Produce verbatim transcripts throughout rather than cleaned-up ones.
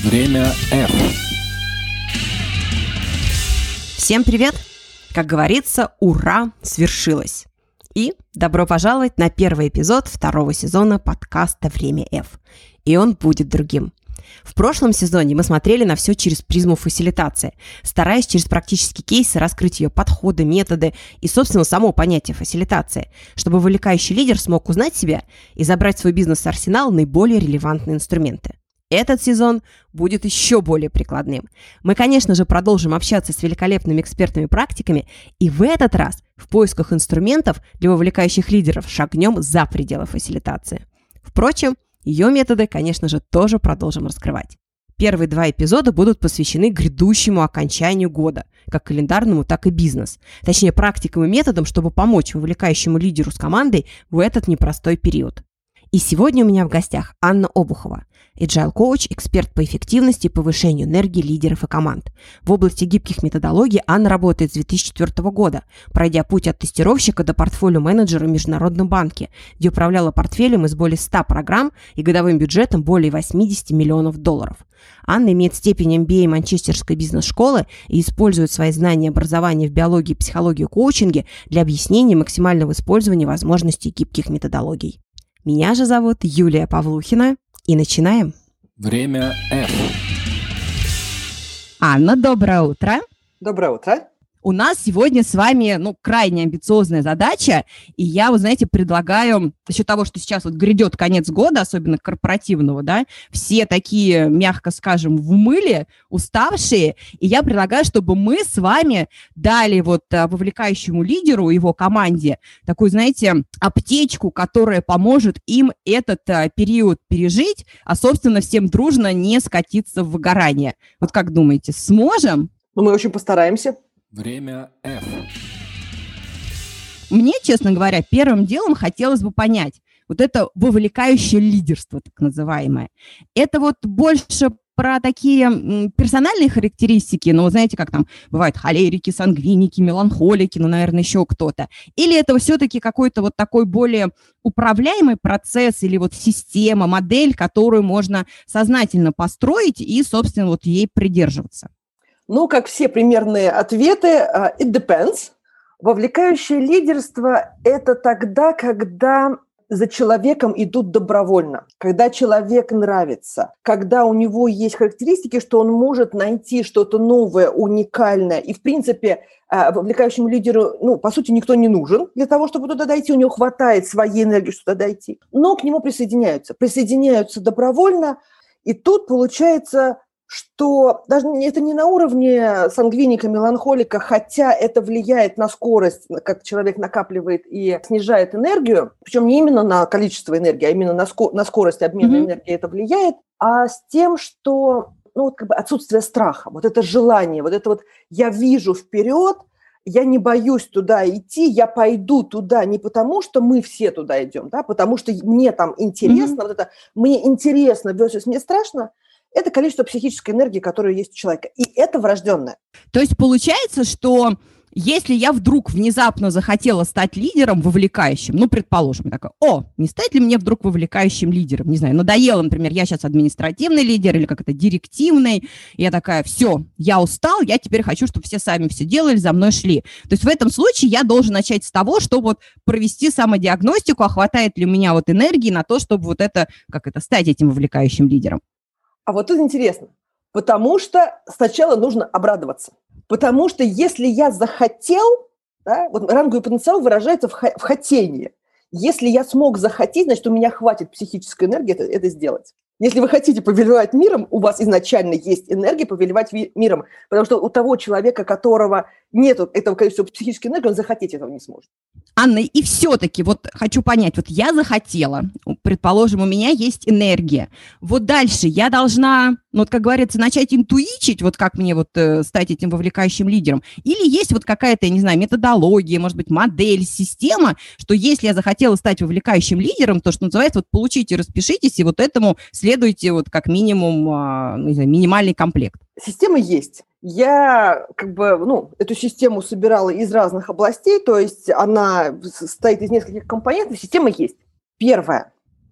Время F. Всем привет! Как говорится, ура, свершилось! И добро пожаловать на первый эпизод второго сезона подкаста «Время F». И он будет другим. В прошлом сезоне мы смотрели на все через призму фасилитации, стараясь через практические кейсы раскрыть ее подходы, методы и, собственно, само понятие фасилитации, чтобы вовлекающий лидер смог узнать себя и забрать в свой бизнес-арсенал наиболее релевантные инструменты. Этот сезон будет еще более прикладным. Мы, конечно же, продолжим общаться с великолепными экспертами-практиками, и в этот раз в поисках инструментов для вовлекающих лидеров шагнем за пределы фасилитации. Впрочем, ее методы, конечно же, тоже продолжим раскрывать. Первые два эпизода будут посвящены грядущему окончанию года, как календарному, так и бизнес. Точнее, практикам и методам, чтобы помочь вовлекающему лидеру с командой в этот непростой период. И сегодня у меня в гостях Анна Обухова, эйджайл-коуч, эксперт по эффективности и повышению энергии лидеров и команд. В области гибких методологий Анна работает с две тысячи четвёртого года, пройдя путь от тестировщика до портфолио-менеджера в Международном банке, где управляла портфелем из более ста программ и годовым бюджетом более восемьдесят миллионов долларов. Анна имеет степень эм би эй Манчестерской бизнес-школы и использует свои знания и образование в биологии, психологии и коучинге для объяснения максимального использования возможностей гибких методологий. Меня же зовут Юлия Павлухина, и начинаем. Время F. Анна, доброе утро. Доброе утро. У нас сегодня с вами, ну, крайне амбициозная задача, и я, вы знаете, предлагаю, за счет того, что сейчас вот грядет конец года, особенно корпоративного, да, все такие, мягко скажем, в мыле, уставшие, и я предлагаю, чтобы мы с вами дали вот вовлекающему лидеру, его команде, такую, знаете, аптечку, которая поможет им этот а, период пережить, а, собственно, всем дружно не скатиться в выгорание. Вот как думаете, сможем? Ну, мы очень постараемся. Время F. Мне, честно говоря, первым делом хотелось бы понять, вот это вовлекающее лидерство, так называемое, это вот больше про такие персональные характеристики, ну, знаете, как там бывают холерики, сангвиники, меланхолики, ну, наверное, еще кто-то, или это все-таки какой-то вот такой более управляемый процесс или вот система, модель, которую можно сознательно построить и, собственно, вот ей придерживаться? Ну, как все примерные ответы, it depends. Вовлекающее лидерство – это тогда, когда за человеком идут добровольно, когда человек нравится, когда у него есть характеристики, что он может найти что-то новое, уникальное. И, в принципе, вовлекающему лидеру, ну, по сути, никто не нужен для того, чтобы туда дойти. У него хватает своей энергии, чтобы туда дойти. Но к нему присоединяются. Присоединяются добровольно. И тут получается, что даже это не на уровне сангвиника, меланхолика, хотя это влияет на скорость, как человек накапливает и снижает энергию, причем не именно на количество энергии, а именно на, ско- на скорость обмена mm-hmm. энергии это влияет, а с тем, что ну, вот как бы отсутствие страха, вот это желание, вот это вот я вижу вперед, я не боюсь туда идти, я пойду туда не потому, что мы все туда идем, да, потому что мне там интересно, mm-hmm. вот это мне интересно versus мне страшно. Это количество психической энергии, которая есть у человека. И это врожденное. То есть получается, что если я вдруг внезапно захотела стать лидером вовлекающим, ну, предположим, такая, о, не стать ли мне вдруг вовлекающим лидером? Не знаю, надоело, например, я сейчас административный лидер или как это, директивный. И я такая, все, я устал, я теперь хочу, чтобы все сами все делали, за мной шли. То есть в этом случае я должен начать с того, чтобы вот провести самодиагностику, а хватает ли у меня вот энергии на то, чтобы вот это, как это, стать этим вовлекающим лидером. А вот это интересно, потому что сначала нужно обрадоваться. Потому что если я захотел, да, вот ранговый потенциал выражается в, х- в хотении. Если я смог захотеть, значит, у меня хватит психической энергии это, это сделать. Если вы хотите повелевать миром, у вас изначально есть энергия повелевать ви- миром, потому что у того человека, которого нет этого количества психической энергии, он захотеть этого не сможет. Анна, и все-таки вот хочу понять, вот я захотела, предположим, у меня есть энергия, вот дальше я должна, ну, вот, как говорится, начать интуичить, вот как мне вот э, стать этим вовлекающим лидером, или есть вот какая-то, я не знаю, методология, может быть, модель, система, что если я захотела стать вовлекающим лидером, то, что называется, вот получите, распишитесь, и вот этому следуйте вот как минимум, э, не знаю, минимальный комплект. Система есть. Я как бы, ну, эту систему собирала из разных областей, то есть она состоит из нескольких компонентов, система есть. Первое.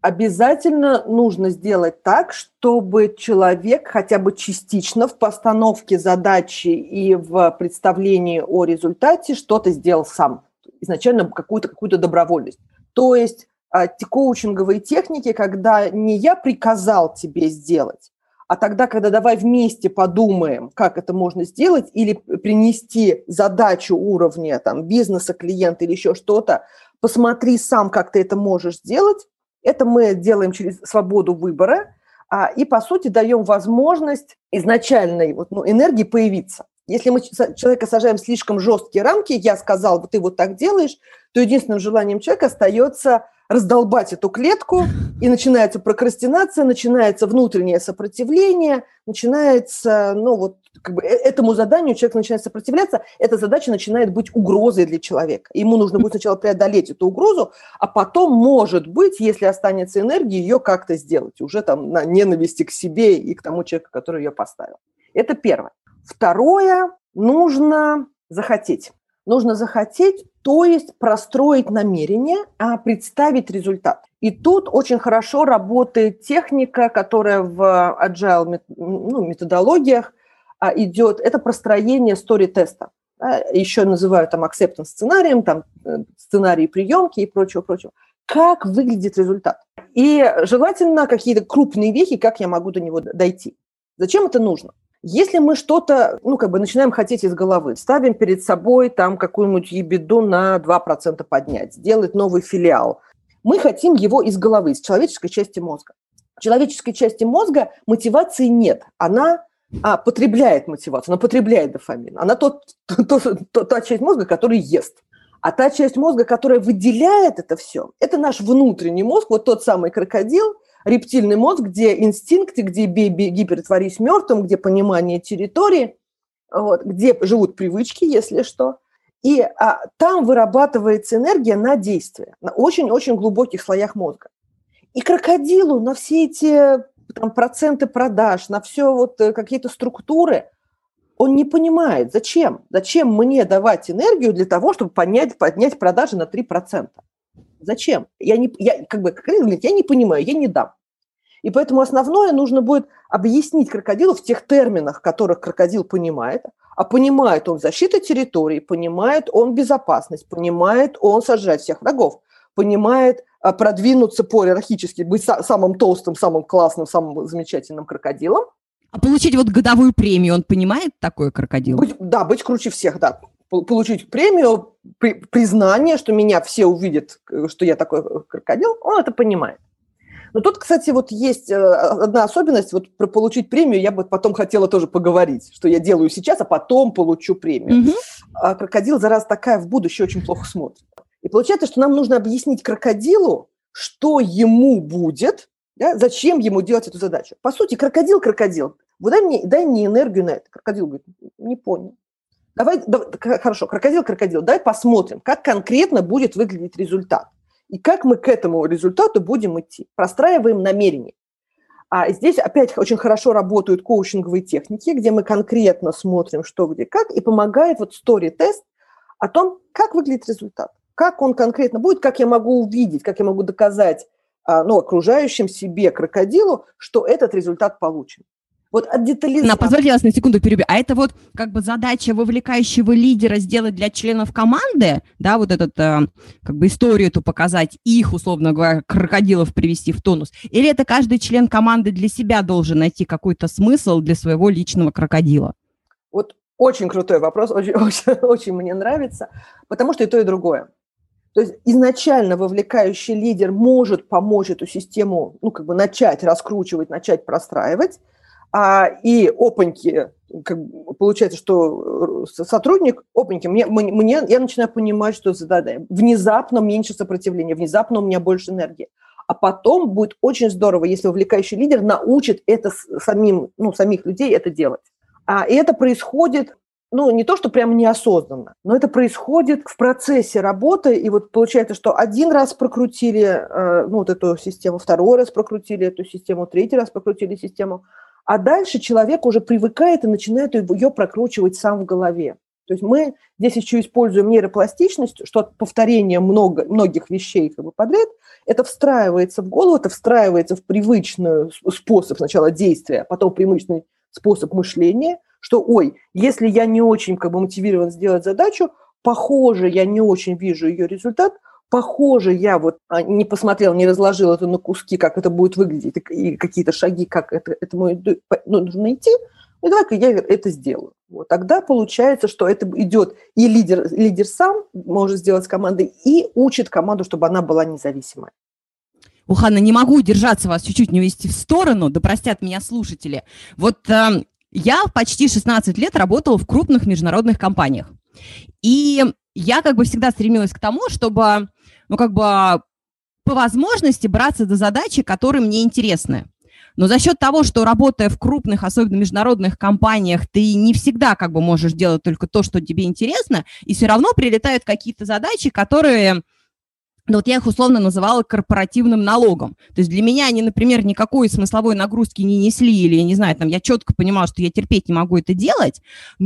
Обязательно нужно сделать так, чтобы человек хотя бы частично в постановке задачи и в представлении о результате что-то сделал сам. Изначально какую-то, какую-то добровольность. То есть те коучинговые техники, когда не я приказал тебе сделать, а тогда, когда давай вместе подумаем, как это можно сделать, или принести задачу уровня там, бизнеса, клиента или еще что-то, посмотри сам, как ты это можешь сделать. Это мы делаем через свободу выбора а, и, по сути, даем возможность изначальной вот, ну, энергии появиться. Если мы человека сажаем в слишком жесткие рамки, я сказал, вот ты вот так делаешь, то единственным желанием человека остается раздолбать эту клетку, и начинается прокрастинация, начинается внутреннее сопротивление, начинается, ну вот, как бы этому заданию человек начинает сопротивляться, эта задача начинает быть угрозой для человека. Ему нужно будет сначала преодолеть эту угрозу, а потом, может быть, если останется энергия, ее как-то сделать, уже там на ненависти к себе и к тому человеку, который ее поставил. Это первое. Второе, нужно захотеть. Нужно захотеть, то есть простроить намерение, а представить результат. И тут очень хорошо работает техника, которая в agile ну, методологиях идет. Это простроение стори-теста. Еще называют там acceptance сценарием, там сценарий приемки и прочего-прочего. Как выглядит результат? И желательно какие-то крупные вехи, как я могу до него дойти. Зачем это нужно? Если мы что-то, ну, как бы начинаем хотеть из головы, ставим перед собой там какую-нибудь ебеду на два процента поднять, сделать новый филиал, мы хотим его из головы, из человеческой части мозга. В человеческой части мозга мотивации нет, она а, потребляет мотивацию, она потребляет дофамин, она тот, тот, тот, та часть мозга, которая ест. А та часть мозга, которая выделяет это все, это наш внутренний мозг, вот тот самый крокодил, рептильный мозг, где инстинкты, где бей, беги, притворись мертвым, где понимание территории, вот, где живут привычки, если что. И а, там вырабатывается энергия на действие, на очень-очень глубоких слоях мозга. И крокодилу на все эти там, проценты продаж, на все вот какие-то структуры, он не понимает, зачем. Зачем мне давать энергию для того, чтобы поднять, поднять продажи на три процента? Зачем? Я не, я, как бы, крокодил говорит, я не понимаю, я не дам. И поэтому основное нужно будет объяснить крокодилу в тех терминах, которых крокодил понимает. А понимает он защиту территории, понимает он безопасность, понимает он сожрать всех врагов, понимает а, продвинуться по иерархически, быть са- самым толстым, самым классным, самым замечательным крокодилом. А получить вот годовую премию, он понимает такой крокодил? Быть, да, быть круче всех, да. Получить премию, при, признание, что меня все увидят, что я такой крокодил, он это понимает. Но тут, кстати, вот есть одна особенность, вот про получить премию я бы потом хотела тоже поговорить, что я делаю сейчас, а потом получу премию. Mm-hmm. А крокодил, зараза такая, в будущее очень плохо смотрит. И получается, что нам нужно объяснить крокодилу, что ему будет, да, зачем ему делать эту задачу. По сути, крокодил, крокодил, дай мне, дай мне энергию на это. Крокодил говорит, не понял. Давай, давай, хорошо, крокодил, крокодил, давай посмотрим, как конкретно будет выглядеть результат. И как мы к этому результату будем идти. Простраиваем намерение. А здесь опять очень хорошо работают коучинговые техники, где мы конкретно смотрим, что, где, как, и помогает вот стори-тест о том, как выглядит результат. Как он конкретно будет, как я могу увидеть, как я могу доказать ну, окружающим себе крокодилу, что этот результат получен. Вот от детализации... На, позвольте вас на секунду перебью. А это вот как бы задача вовлекающего лидера сделать для членов команды, да, вот этот э, как бы историю эту показать, их, условно говоря, крокодилов привести в тонус? Или это каждый член команды для себя должен найти какой-то смысл для своего личного крокодила? Вот очень крутой вопрос, очень, очень, очень мне нравится, потому что и то, и другое. То есть изначально вовлекающий лидер может помочь эту систему, ну, как бы начать раскручивать, начать простраивать, а, и опаньки, как, получается, что сотрудник, опаньки, мне, мне, я начинаю понимать, что да, да, внезапно меньше сопротивления, внезапно у меня больше энергии. А потом будет очень здорово, если вовлекающий лидер научит это самим, ну, самих людей это делать. А, и это происходит, ну, не то, что прям неосознанно, но это происходит в процессе работы, и вот получается, что один раз прокрутили э, ну, вот эту систему, второй раз прокрутили эту систему, третий раз прокрутили систему, а дальше человек уже привыкает и начинает ее прокручивать сам в голове. То есть мы здесь еще используем нейропластичность, что от повторения много, многих вещей как бы подряд, это встраивается в голову, это встраивается в привычный способ сначала действия, а потом привычный способ мышления, что, ой, если я не очень как бы мотивирован сделать задачу, похоже, я не очень вижу ее результат, похоже, я вот не посмотрел, не разложил это на куски, как это будет выглядеть, и какие-то шаги, как это, этому ну, нужно идти, и давай-ка я это сделаю. Вот. Тогда получается, что это идет и лидер, лидер сам может сделать с командой, и учит команду, чтобы она была независимой. Ух, Анна, не могу удержаться вас чуть-чуть не увести в сторону, да простят меня слушатели. Вот э, я почти шестнадцать лет работала в крупных международных компаниях. И я как бы всегда стремилась к тому, чтобы, ну, как бы по возможности браться за задачи, которые мне интересны. Но за счет того, что работая в крупных, особенно международных компаниях, ты не всегда как бы можешь делать только то, что тебе интересно, и все равно прилетают какие-то задачи, которые... Ну, вот я их условно называла корпоративным налогом. То есть для меня они, например, никакой смысловой нагрузки не несли, или, я не знаю, там, я четко понимала, что я терпеть не могу это делать,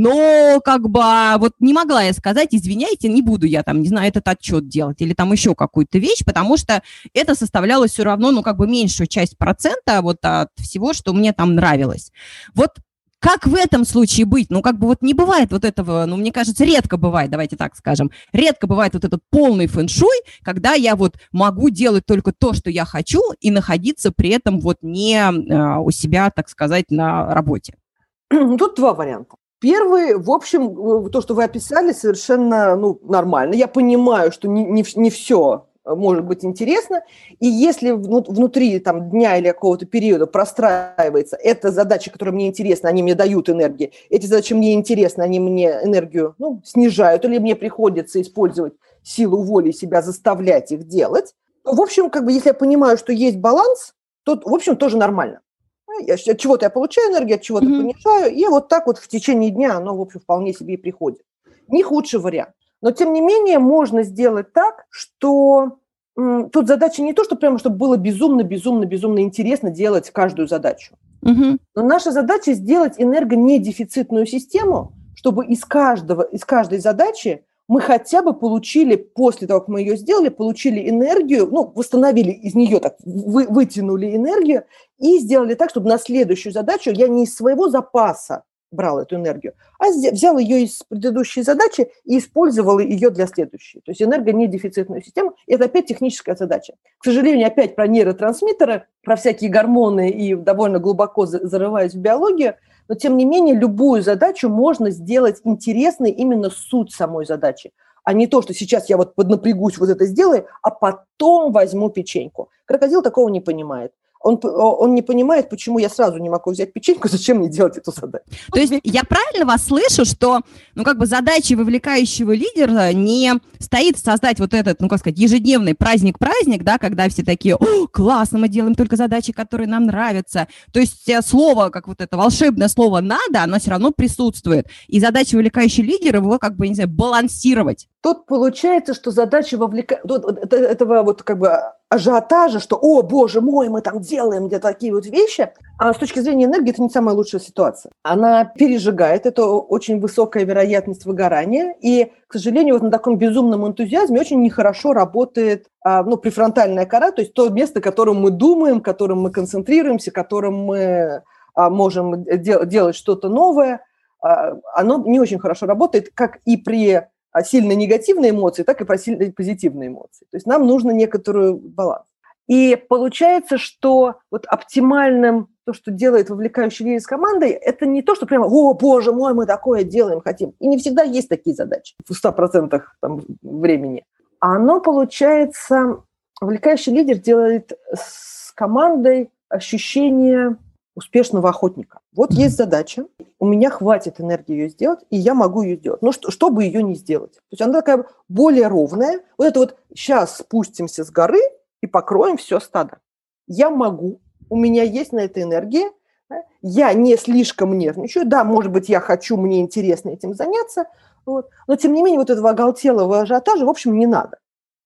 но как бы вот не могла я сказать, извиняйте, не буду я там, не знаю, этот отчет делать или там еще какую-то вещь, потому что это составляло все равно, ну, как бы меньшую часть процента вот от всего, что мне там нравилось. Вот как в этом случае быть? Ну, как бы вот не бывает вот этого, ну, мне кажется, редко бывает, давайте так скажем, редко бывает вот этот полный фэн-шуй, когда я вот могу делать только то, что я хочу, и находиться при этом вот не э, у себя, так сказать, на работе. Тут два варианта. Первый, в общем, то, что вы описали, совершенно ну, нормально. Я понимаю, что не, не, не все может быть интересно, и если внутри там, дня или какого-то периода простраивается, это задачи, которые мне интересны, они мне дают энергию, эти задачи мне интересны, они мне энергию ну, снижают, или мне приходится использовать силу воли себя заставлять их делать, то, в общем, как бы, если я понимаю, что есть баланс, то, в общем, тоже нормально. Я, от чего-то я получаю энергию, от чего-то mm-hmm. понижаю, и вот так вот в течение дня оно, в общем, вполне себе и приходит. Не худший вариант. Но, тем не менее, можно сделать так, что м, тут задача не то, что прямо, чтобы было безумно, безумно, безумно интересно делать каждую задачу. Угу. Но наша задача сделать энергонедефицитную систему, чтобы из, каждого, из каждой задачи мы хотя бы получили, после того, как мы ее сделали, получили энергию, ну, восстановили из нее, так, вы, вытянули энергию и сделали так, чтобы на следующую задачу я не из своего запаса брал эту энергию, а взял ее из предыдущей задачи и использовал ее для следующей. То есть энергонедефицитную систему – это опять техническая задача. К сожалению, опять про нейротрансмиттеры, про всякие гормоны и довольно глубоко зарываюсь в биологию, но тем не менее любую задачу можно сделать интересной именно суть самой задачи, а не то, что сейчас я вот поднапрягусь, вот это сделаю, а потом возьму печеньку. Крокодил такого не понимает. Он, он не понимает, почему я сразу не могу взять печеньку, зачем мне делать эту задачу. То есть я правильно вас слышу, что ну, как бы задачей вовлекающего лидера не стоит создать вот этот, ну, как сказать, ежедневный праздник-праздник, да, когда все такие, о, классно, мы делаем только задачи, которые нам нравятся. То есть слово, как вот это волшебное слово «надо», оно все равно присутствует. И задача вовлекающего лидера его, как бы, не знаю, балансировать. Тут получается, что задача вовлека... этого вот как бы ажиотажа, что, о, боже мой, мы там делаем где-то такие вот вещи, а с точки зрения энергии это не самая лучшая ситуация. Она пережигает, это очень высокая вероятность выгорания, и, к сожалению, вот на таком безумном энтузиазме очень нехорошо работает ну, префронтальная кора, то есть то место, которым мы думаем, которым мы концентрируемся, которым мы можем делать что-то новое, оно не очень хорошо работает, как и при сильно негативные эмоции, так и про сильно позитивные эмоции. То есть нам нужно некоторый баланс. И получается, что вот оптимальным, то, что делает вовлекающий лидер с командой, это не то, что прямо, о, боже мой, мы такое делаем, хотим. И не всегда есть такие задачи в ста процентах там, времени. А оно, получается, вовлекающий лидер делает с командой ощущение успешного охотника. Вот есть задача, у меня хватит энергии ее сделать, и я могу ее сделать. Но что, чтобы ее не сделать? То есть она такая более ровная. Вот это вот сейчас спустимся с горы и покроем все стадо. Я могу, у меня есть на это энергия, да? Я не слишком нервничаю. Да, может быть, я хочу, мне интересно этим заняться, вот. Но тем не менее вот этого оголтелого ажиотажа, в общем, не надо.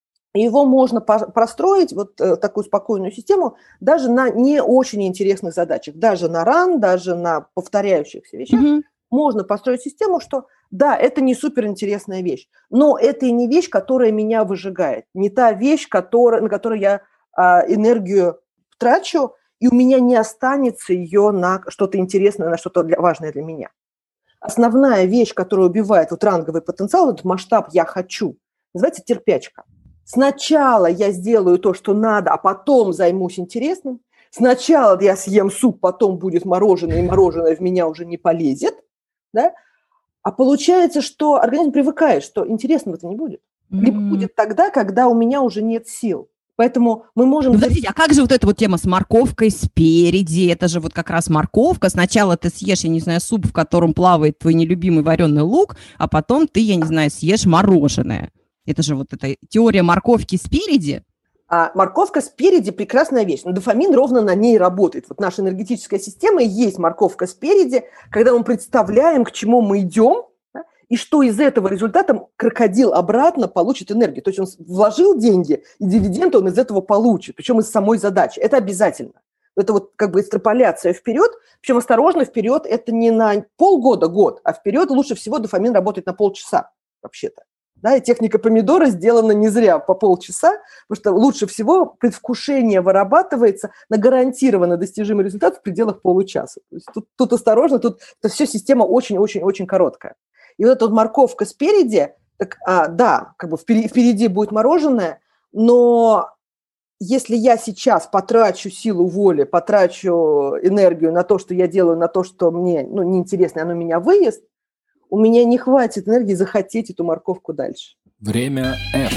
Его можно простроить, вот такую спокойную систему, даже на не очень интересных задачах, даже на ран, даже на повторяющихся вещах. Mm-hmm. можно построить систему, что да, это не суперинтересная вещь, но это и не вещь, которая меня выжигает, не та вещь, которая, на которую я а, энергию трачу, и у меня не останется ее на что-то интересное, на что-то для, важное для меня. Основная вещь, которая убивает вот ранговый потенциал, это масштаб «я хочу», называется терпячка. Сначала я сделаю то, что надо, а потом займусь интересным. Сначала я съем суп, потом будет мороженое, и мороженое в меня уже не полезет. Да? А получается, что организм привыкает, что интересного-то не будет. Mm-hmm. Либо будет тогда, когда у меня уже нет сил. Поэтому мы можем... Ну, подождите, а как же вот эта вот тема с морковкой спереди? Это же вот как раз морковка. Сначала ты съешь, я не знаю, суп, в котором плавает твой нелюбимый вареный лук, а потом ты, я не знаю, съешь мороженое. Это же вот эта теория морковки спереди. А морковка спереди – прекрасная вещь. Но дофамин ровно на ней работает. Вот наша энергетическая система и есть морковка спереди, когда мы представляем, к чему мы идем, да, и что из этого результата крокодил обратно получит энергию. То есть он вложил деньги, и дивиденды он из этого получит, причем из самой задачи. Это обязательно. Это вот как бы экстраполяция вперед, причем осторожно вперед – это не на полгода, год, а вперед лучше всего дофамин работает на полчаса вообще-то. Да, и техника помидора сделана не зря по полчаса, потому что лучше всего предвкушение вырабатывается на гарантированно достижимый результат в пределах получаса. То есть тут, тут осторожно, тут это все система очень-очень-очень короткая. И вот эта вот морковка спереди, так, а, да, как бы впереди, впереди будет мороженое, но если я сейчас потрачу силу воли, потрачу энергию на то, что я делаю, на то, что мне ну, неинтересно, оно меня выест, у меня не хватит энергии захотеть эту морковку дальше. Время F.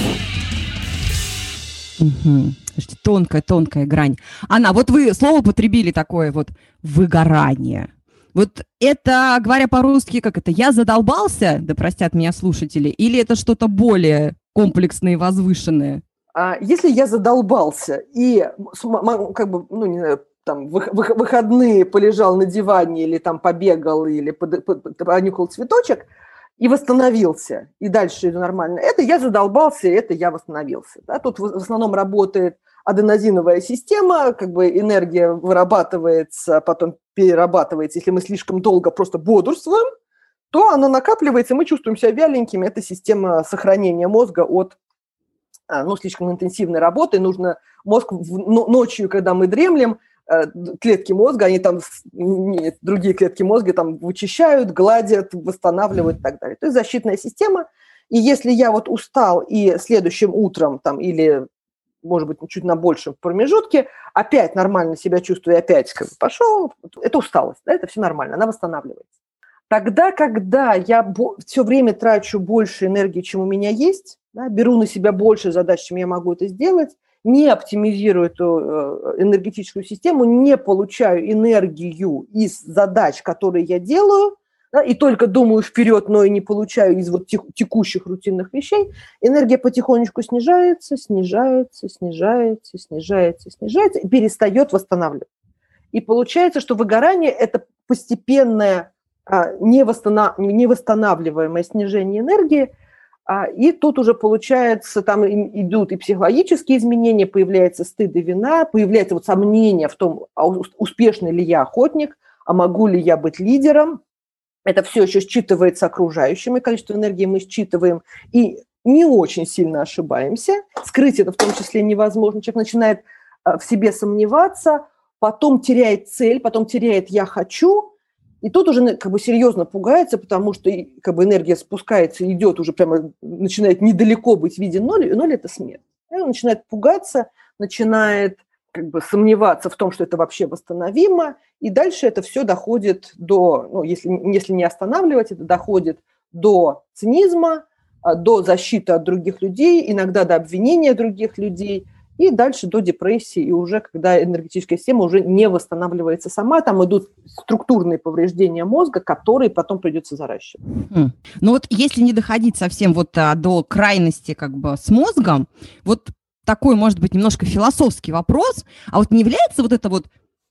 Угу. Слушайте, тонкая-тонкая грань. Анна, вот вы слово употребили такое вот выгорание. Вот это, говоря по-русски, как это, я задолбался, да простят меня слушатели, или это что-то более комплексное и возвышенное? А если я задолбался и как бы, ну, не знаю, там, выходные полежал на диване или там побегал, или понюхал цветочек и восстановился, и дальше иду нормально. Это я задолбался, это я восстановился. Да? Тут в основном работает аденозиновая система, как бы энергия вырабатывается, потом перерабатывается. Если мы слишком долго просто бодрствуем, то она накапливается, мы чувствуем себя вяленькими. Это система сохранения мозга от ну, слишком интенсивной работы. Нужно мозг ночью, когда мы дремлем, клетки мозга, они там, нет, другие клетки мозга там вычищают, гладят, восстанавливают и так далее. То есть защитная система. И если я вот устал и следующим утром там или, может быть, чуть на большем промежутке, опять нормально себя чувствую, и опять как бы пошел, это усталость, да, это все нормально, она восстанавливается. Тогда, когда я все время трачу больше энергии, чем у меня есть, да, беру на себя больше задач, чем я могу это сделать, не оптимизирую эту энергетическую систему, не получаю энергию из задач, которые я делаю, да, и только думаю вперед, но и не получаю из вот текущих рутинных вещей, энергия потихонечку снижается, снижается, снижается, снижается, снижается и перестает восстанавливаться. И получается, что выгорание – это постепенное невосстанавливаемое снижение энергии. И тут уже, получается, там идут и психологические изменения, появляется стыд и вина, появляется вот сомнение в том, а успешный ли я охотник, а могу ли я быть лидером. Это все еще считывается окружающим, и количество энергии мы считываем, и не очень сильно ошибаемся. Скрыть это в том числе невозможно. Человек начинает в себе сомневаться, потом теряет цель, потом теряет «я хочу», и тут уже как бы серьезно пугается, потому что как бы энергия спускается, идет уже прямо, начинает недалеко быть виден ноль, и ноль – это смерть. И он начинает пугаться, начинает как бы сомневаться в том, что это вообще восстановимо, и дальше это все доходит до, ну, если, если не останавливать, это доходит до цинизма, до защиты от других людей, иногда до обвинения других людей, и дальше до депрессии, и уже когда энергетическая система уже не восстанавливается сама, там идут структурные повреждения мозга, которые потом придется заращивать. Mm. Ну вот если не доходить совсем вот а, до крайности как бы с мозгом, вот такой, может быть, немножко философский вопрос, а вот не является вот это вот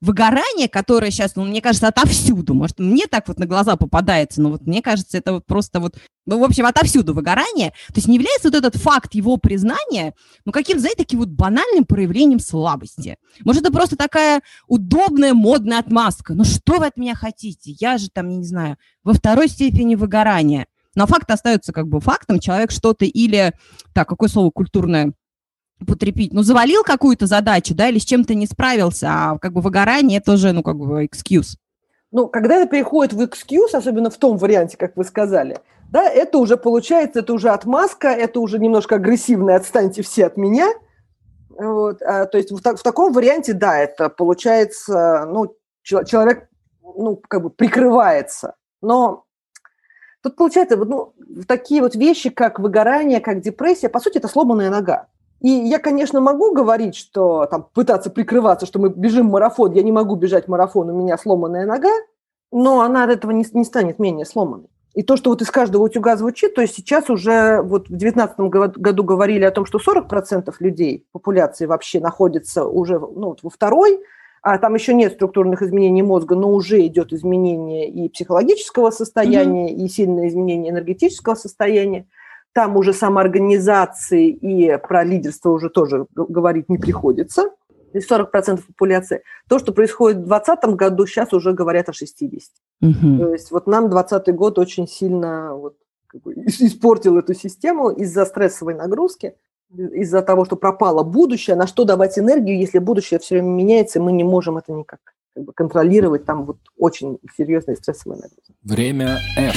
выгорание, которое сейчас, ну, мне кажется, отовсюду, может, мне так вот на глаза попадается, но вот мне кажется, это вот просто вот, ну, в общем, отовсюду выгорание, то есть не является вот этот факт его признания, ну, каким, знаете, таким вот банальным проявлением слабости. Может, это просто такая удобная, модная отмазка. Ну, что вы от меня хотите? Я же там, не знаю, во второй степени выгорания. Но факт остается как бы фактом. Человек что-то или, так, какое слово культурное употребить, ну, завалил какую-то задачу, да, или с чем-то не справился, а как бы выгорание – это уже, ну, как бы excuse. Ну, когда это переходит в excuse, особенно в том варианте, как вы сказали, да, это уже получается, это уже отмазка, это уже немножко агрессивное «отстаньте все от меня». Вот, а, то есть в, в таком варианте, да, это получается, ну, человек, ну, как бы прикрывается. Но тут получается, ну, такие вот вещи, как выгорание, как депрессия, по сути, это сломанная нога. И я, конечно, могу говорить, что там пытаться прикрываться, что мы бежим марафон, я не могу бежать марафон, у меня сломанная нога, но она от этого не, не станет менее сломанной. И то, что вот из каждого утюга звучит, то есть сейчас уже вот в две тысячи девятнадцатом году говорили о том, что сорок процентов людей, популяции вообще находится уже, ну, вот во второй, а там еще нет структурных изменений мозга, но уже идет изменение и психологического состояния, mm-hmm. и сильное изменение энергетического состояния. Там уже самоорганизации и про лидерство уже тоже говорить не приходится. сорок процентов популяции. То, что происходит в двадцатом году, сейчас уже говорят о шестидесяти. Угу. То есть вот нам двадцатый год очень сильно вот, как бы, испортил эту систему из-за стрессовой нагрузки, из-за того, что пропало будущее. На что давать энергию, если будущее все время меняется, и мы не можем это никак как бы, контролировать. Там вот очень серьезная стрессовая нагрузка. Время F.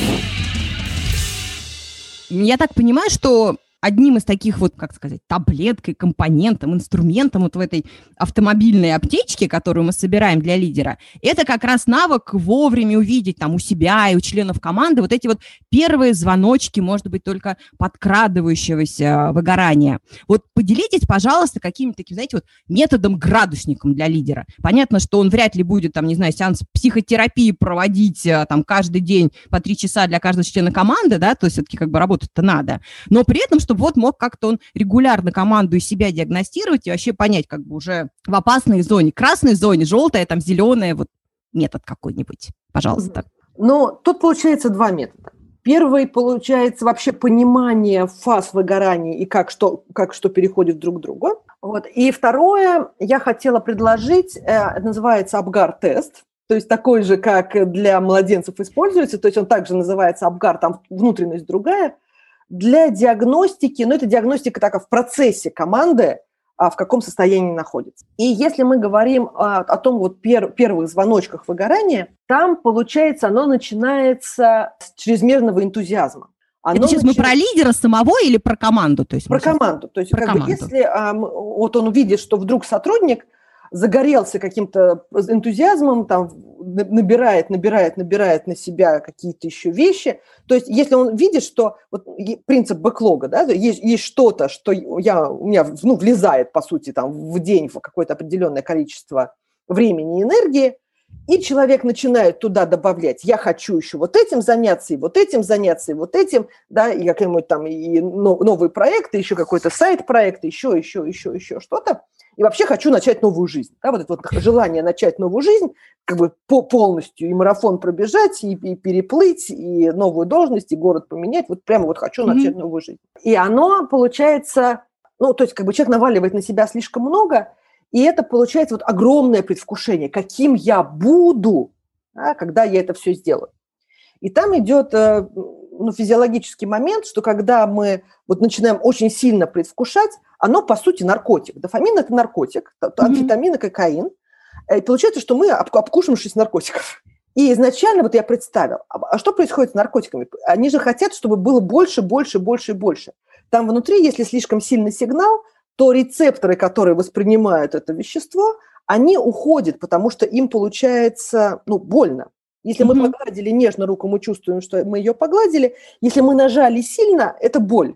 Я так понимаю, что одним из таких вот, как сказать, таблеткой, компонентом, инструментом вот в этой автомобильной аптечке, которую мы собираем для лидера, это как раз навык вовремя увидеть там у себя и у членов команды вот эти вот первые звоночки, может быть, только подкрадывающегося выгорания. Вот поделитесь, пожалуйста, каким-то таким, знаете, вот методом-градусником для лидера. Понятно, что он вряд ли будет, там, не знаю, сеанс психотерапии проводить там каждый день по три часа для каждого члена команды, да, то есть все-таки как бы работать-то надо, но при этом, чтобы вот мог как-то он регулярно команду и себя диагностировать и вообще понять, как бы уже в опасной зоне, красной зоне, желтая, там, зеленая, вот метод какой-нибудь, пожалуйста. Ну, тут получается два метода. Первый, получается, вообще понимание фаз выгорания и как что, как что переходит друг к другу. Вот. И второе, я хотела предложить, э, называется Апгар-тест. То есть такой же, как для младенцев используется, то есть он также называется Апгар, там внутренность другая. Для диагностики, ну, это диагностика такая в процессе команды, а в каком состоянии находится. И если мы говорим о, о том вот пер, первых звоночках выгорания, там, получается, оно начинается с чрезмерного энтузиазма. Оно это сейчас начи... мы про лидера самого или про команду? То есть про сейчас... команду. То есть про как команду. Бы, если а, вот он увидит, что вдруг сотрудник загорелся каким-то энтузиазмом, там, набирает, набирает, набирает на себя какие-то еще вещи. То есть если он видит, что вот, принцип бэклога, да, есть, есть что-то, что я, у меня ну, влезает, по сути, там, в день в какое-то определенное количество времени и энергии, и человек начинает туда добавлять, я хочу еще вот этим заняться, и вот этим заняться, и вот этим, да, и какие-нибудь там и новые проекты, еще какой-то сайт-проект, еще, еще, еще, еще что-то. И вообще хочу начать новую жизнь. Да, вот это вот желание начать новую жизнь, как бы по полностью и марафон пробежать, и, и переплыть, и новую должность, и город поменять. Вот прямо вот хочу начать mm-hmm. новую жизнь. И оно получается, ну, то есть как бы человек наваливает на себя слишком много, и это получается вот огромное предвкушение, каким я буду, да, когда я это все сделаю. И там идет ну, физиологический момент, что когда мы вот начинаем очень сильно предвкушать, оно, по сути, наркотик. Дофамин – это наркотик, амфетамин и кокаин. И получается, что мы обкушавшись наркотиков. И изначально вот я представил, а что происходит с наркотиками? Они же хотят, чтобы было больше, больше, больше и больше. Там внутри, если слишком сильный сигнал, то рецепторы, которые воспринимают это вещество, они уходят, потому что им получается ну, больно. Если mm-hmm. мы погладили нежно руку, мы чувствуем, что мы ее погладили. Если мы нажали сильно, это боль.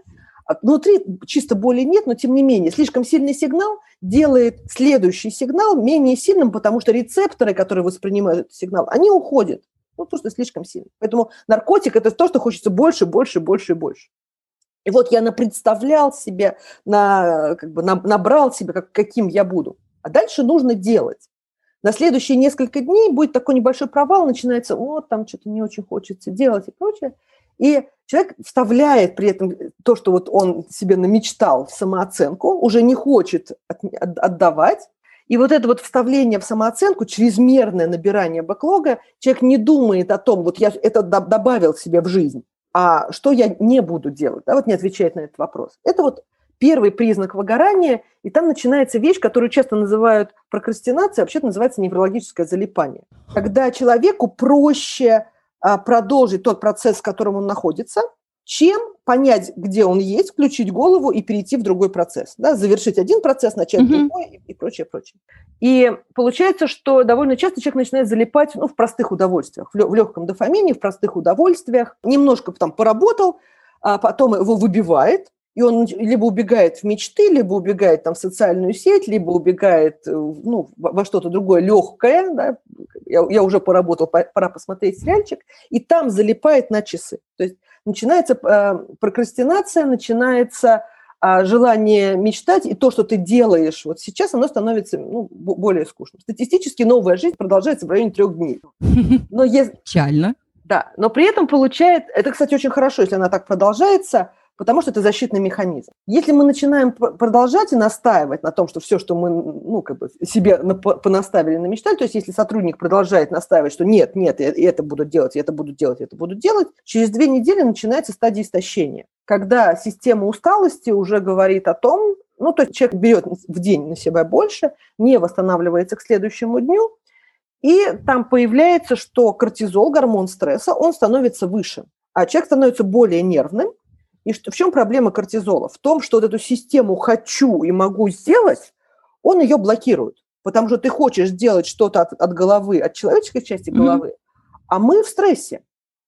Внутри чисто боли нет, но тем не менее слишком сильный сигнал делает следующий сигнал менее сильным, потому что рецепторы, которые воспринимают этот сигнал, они уходят. Ну, просто слишком сильно. Поэтому наркотик – это то, что хочется больше, больше, больше и больше. И вот я напредставлял себе, на, как бы набрал себе, как, каким я буду. А дальше нужно делать. На следующие несколько дней будет такой небольшой провал, начинается, вот, там что-то не очень хочется делать и прочее. И человек вставляет при этом то, что вот он себе намечтал в самооценку, уже не хочет от, отдавать. И вот это вот вставление в самооценку, чрезмерное набирание бэклога, человек не думает о том, вот я это добавил себе в жизнь, а что я не буду делать, да, вот не отвечает на этот вопрос. Это вот первый признак выгорания, и там начинается вещь, которую часто называют прокрастинацией, а вообще-то называется неврологическое залипание. Когда человеку проще а, продолжить тот процесс, в котором он находится, чем понять, где он есть, включить голову и перейти в другой процесс. Да, завершить один процесс, начать mm-hmm. другой и, и прочее, прочее. И получается, что довольно часто человек начинает залипать ну, в простых удовольствиях, в, лё- в легком дофамине, в простых удовольствиях. Немножко там поработал, а потом его выбивает, и он либо убегает в мечты, либо убегает там, в социальную сеть, либо убегает ну, во что-то другое легкое. Да? Я, я уже поработал, пора посмотреть сериальчик. И там залипает на часы. То есть начинается э, прокрастинация, начинается э, желание мечтать, и то, что ты делаешь вот сейчас, оно становится ну, б- более скучным. Статистически новая жизнь продолжается в районе трех дней. Но если... Печально. Да, но при этом получает... Это, кстати, очень хорошо, если она так продолжается, потому что это защитный механизм. Если мы начинаем продолжать и настаивать на том, что все, что мы ну, как бы себе понаставили, намечтали, то есть если сотрудник продолжает настаивать, что нет, нет, я это буду делать, я это буду делать, я это буду делать, через две недели начинается стадия истощения, когда система усталости уже говорит о том, ну, то есть человек берет в день на себя больше, не восстанавливается к следующему дню, и там появляется, что кортизол, гормон стресса, он становится выше, а человек становится более нервным. И что, в чем проблема кортизола? В том, что вот эту систему «хочу» и «могу сделать», он ее блокирует. Потому что ты хочешь сделать что-то от, от головы, от человеческой части головы, mm-hmm. а мы в стрессе.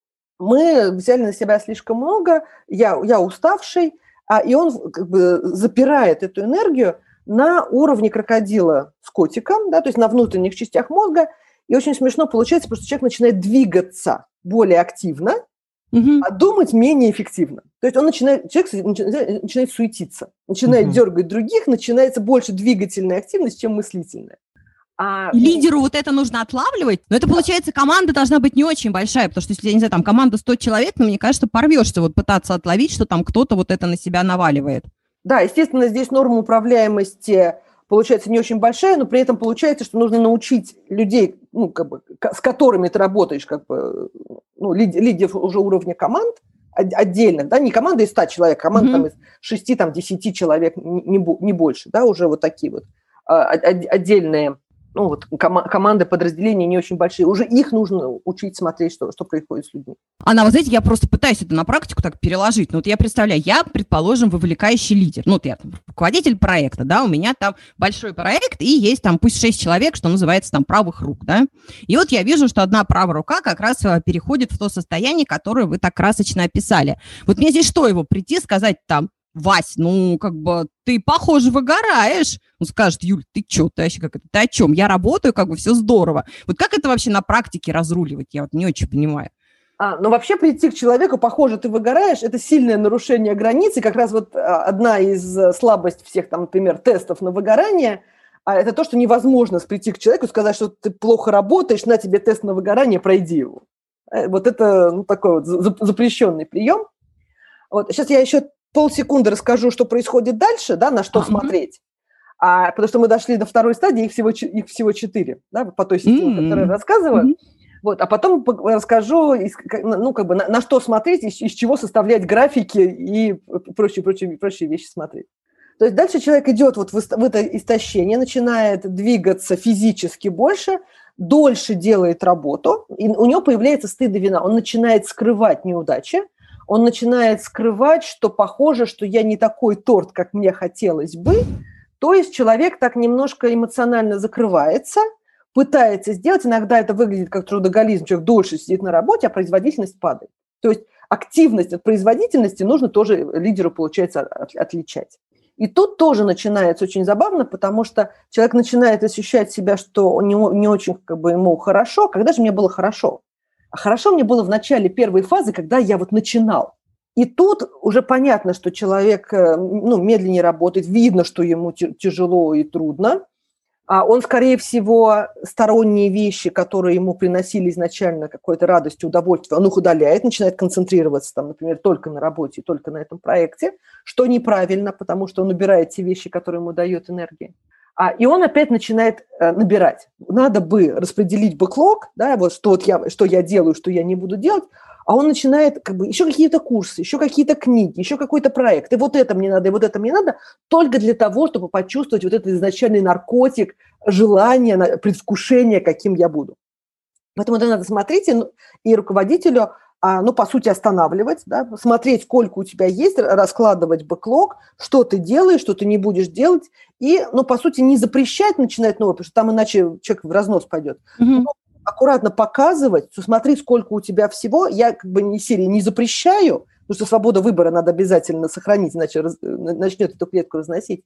Мы взяли на себя слишком много, я, я уставший, а, и он как бы запирает эту энергию на уровне крокодила с котиком, да, то есть на внутренних частях мозга. И очень смешно получается, потому что человек начинает двигаться более активно, Uh-huh. а думать менее эффективно. То есть он начинает, человек начинает, начинает суетиться, начинает uh-huh. дергать других, начинается больше двигательная активность, чем мыслительная. А... Лидеру вот это нужно отлавливать, но это, да. получается, команда должна быть не очень большая, потому что если, я не знаю, там команда сто человек, ну, мне кажется, порвешься вот пытаться отловить, что там кто-то вот это на себя наваливает. Да, естественно, здесь норма управляемости получается не очень большая, но при этом получается, что нужно научить людей, ну, как бы, с которыми ты работаешь, как бы, ну, лидеров уже уровня команд отдельных, да, не команда из ста человек, команда mm-hmm. там, из шести, там, десяти человек, не, не больше, да, уже вот такие вот а, отдельные, ну, вот ком- команды, подразделения не очень большие, уже их нужно учить смотреть, что, что происходит с людьми. Анна, вот знаете, я просто пытаюсь это на практику так переложить, ну, вот я представляю, я, предположим, вовлекающий лидер, ну, вот я там руководитель проекта, да, у меня там большой проект, и есть там пусть шесть человек, что называется там правых рук, да, и вот я вижу, что одна правая рука как раз переходит в то состояние, которое вы так красочно описали. Вот мне здесь что, его прийти, сказать там, Вась, ну, как бы, ты, похоже, выгораешь. Он скажет, Юль, ты что, ты вообще как это, ты о чем? Я работаю, как бы, все здорово. Вот как это вообще на практике разруливать? Я вот не очень понимаю. А, ну, вообще прийти к человеку, похоже, ты выгораешь, это сильное нарушение границы. Как раз вот одна из слабостей всех, там, например, тестов на выгорание, а это то, что невозможно прийти к человеку и сказать, что ты плохо работаешь, на тебе тест на выгорание, пройди его. Вот это ну, такой вот запрещенный прием. Вот. Сейчас я еще полсекунды расскажу, что происходит дальше, да, на что uh-huh. смотреть. А, потому что мы дошли до второй стадии, их всего, их всего четыре, да, по той системе, mm-hmm. которую я рассказываю. Mm-hmm. Вот, а потом расскажу, ну, как бы, на, на что смотреть, из, из чего составлять графики и прочие, прочие, прочие вещи смотреть. То есть дальше человек идет вот в, в это истощение, начинает двигаться физически больше, дольше делает работу, и у него появляется стыд и вина. Он начинает скрывать неудачи, он начинает скрывать, что похоже, что я не такой торт, как мне хотелось бы. То есть человек так немножко эмоционально закрывается, пытается сделать. Иногда это выглядит как трудоголизм. Человек дольше сидит на работе, а производительность падает. То есть активность от производительности нужно тоже лидеру, получается, отличать. И тут тоже начинается очень забавно, потому что человек начинает ощущать себя, что не, не очень как бы, ему хорошо. Когда же мне было хорошо? А хорошо мне было в начале первой фазы, когда я вот начинал. И тут уже понятно, что человек ну, медленнее работает, видно, что ему тяжело и трудно. А он, скорее всего, сторонние вещи, которые ему приносили изначально какую-то радость, удовольствие, он их удаляет, начинает концентрироваться, там, например, только на работе, только на этом проекте, что неправильно, потому что он убирает те вещи, которые ему дают энергию. А, и он опять начинает а, набирать. Надо бы распределить бэклог, да, вот что, вот я, что я делаю, что я не буду делать, а он начинает как бы еще какие-то курсы, еще какие-то книги, еще какой-то проект. И вот это мне надо, и вот это мне надо, только для того, чтобы почувствовать вот этот изначальный наркотик, желание, предвкушение, каким я буду. Поэтому это надо смотреть и руководителю, ну, по сути, останавливать, да, смотреть, сколько у тебя есть, раскладывать бэклог, что ты делаешь, что ты не будешь делать, и, ну, по сути, не запрещать начинать новое, потому что там иначе человек в разнос пойдет. Mm-hmm. Аккуратно показывать, что смотри, сколько у тебя всего. Я как бы не серии не запрещаю, потому что свободу выбора надо обязательно сохранить, иначе раз, начнет эту клетку разносить.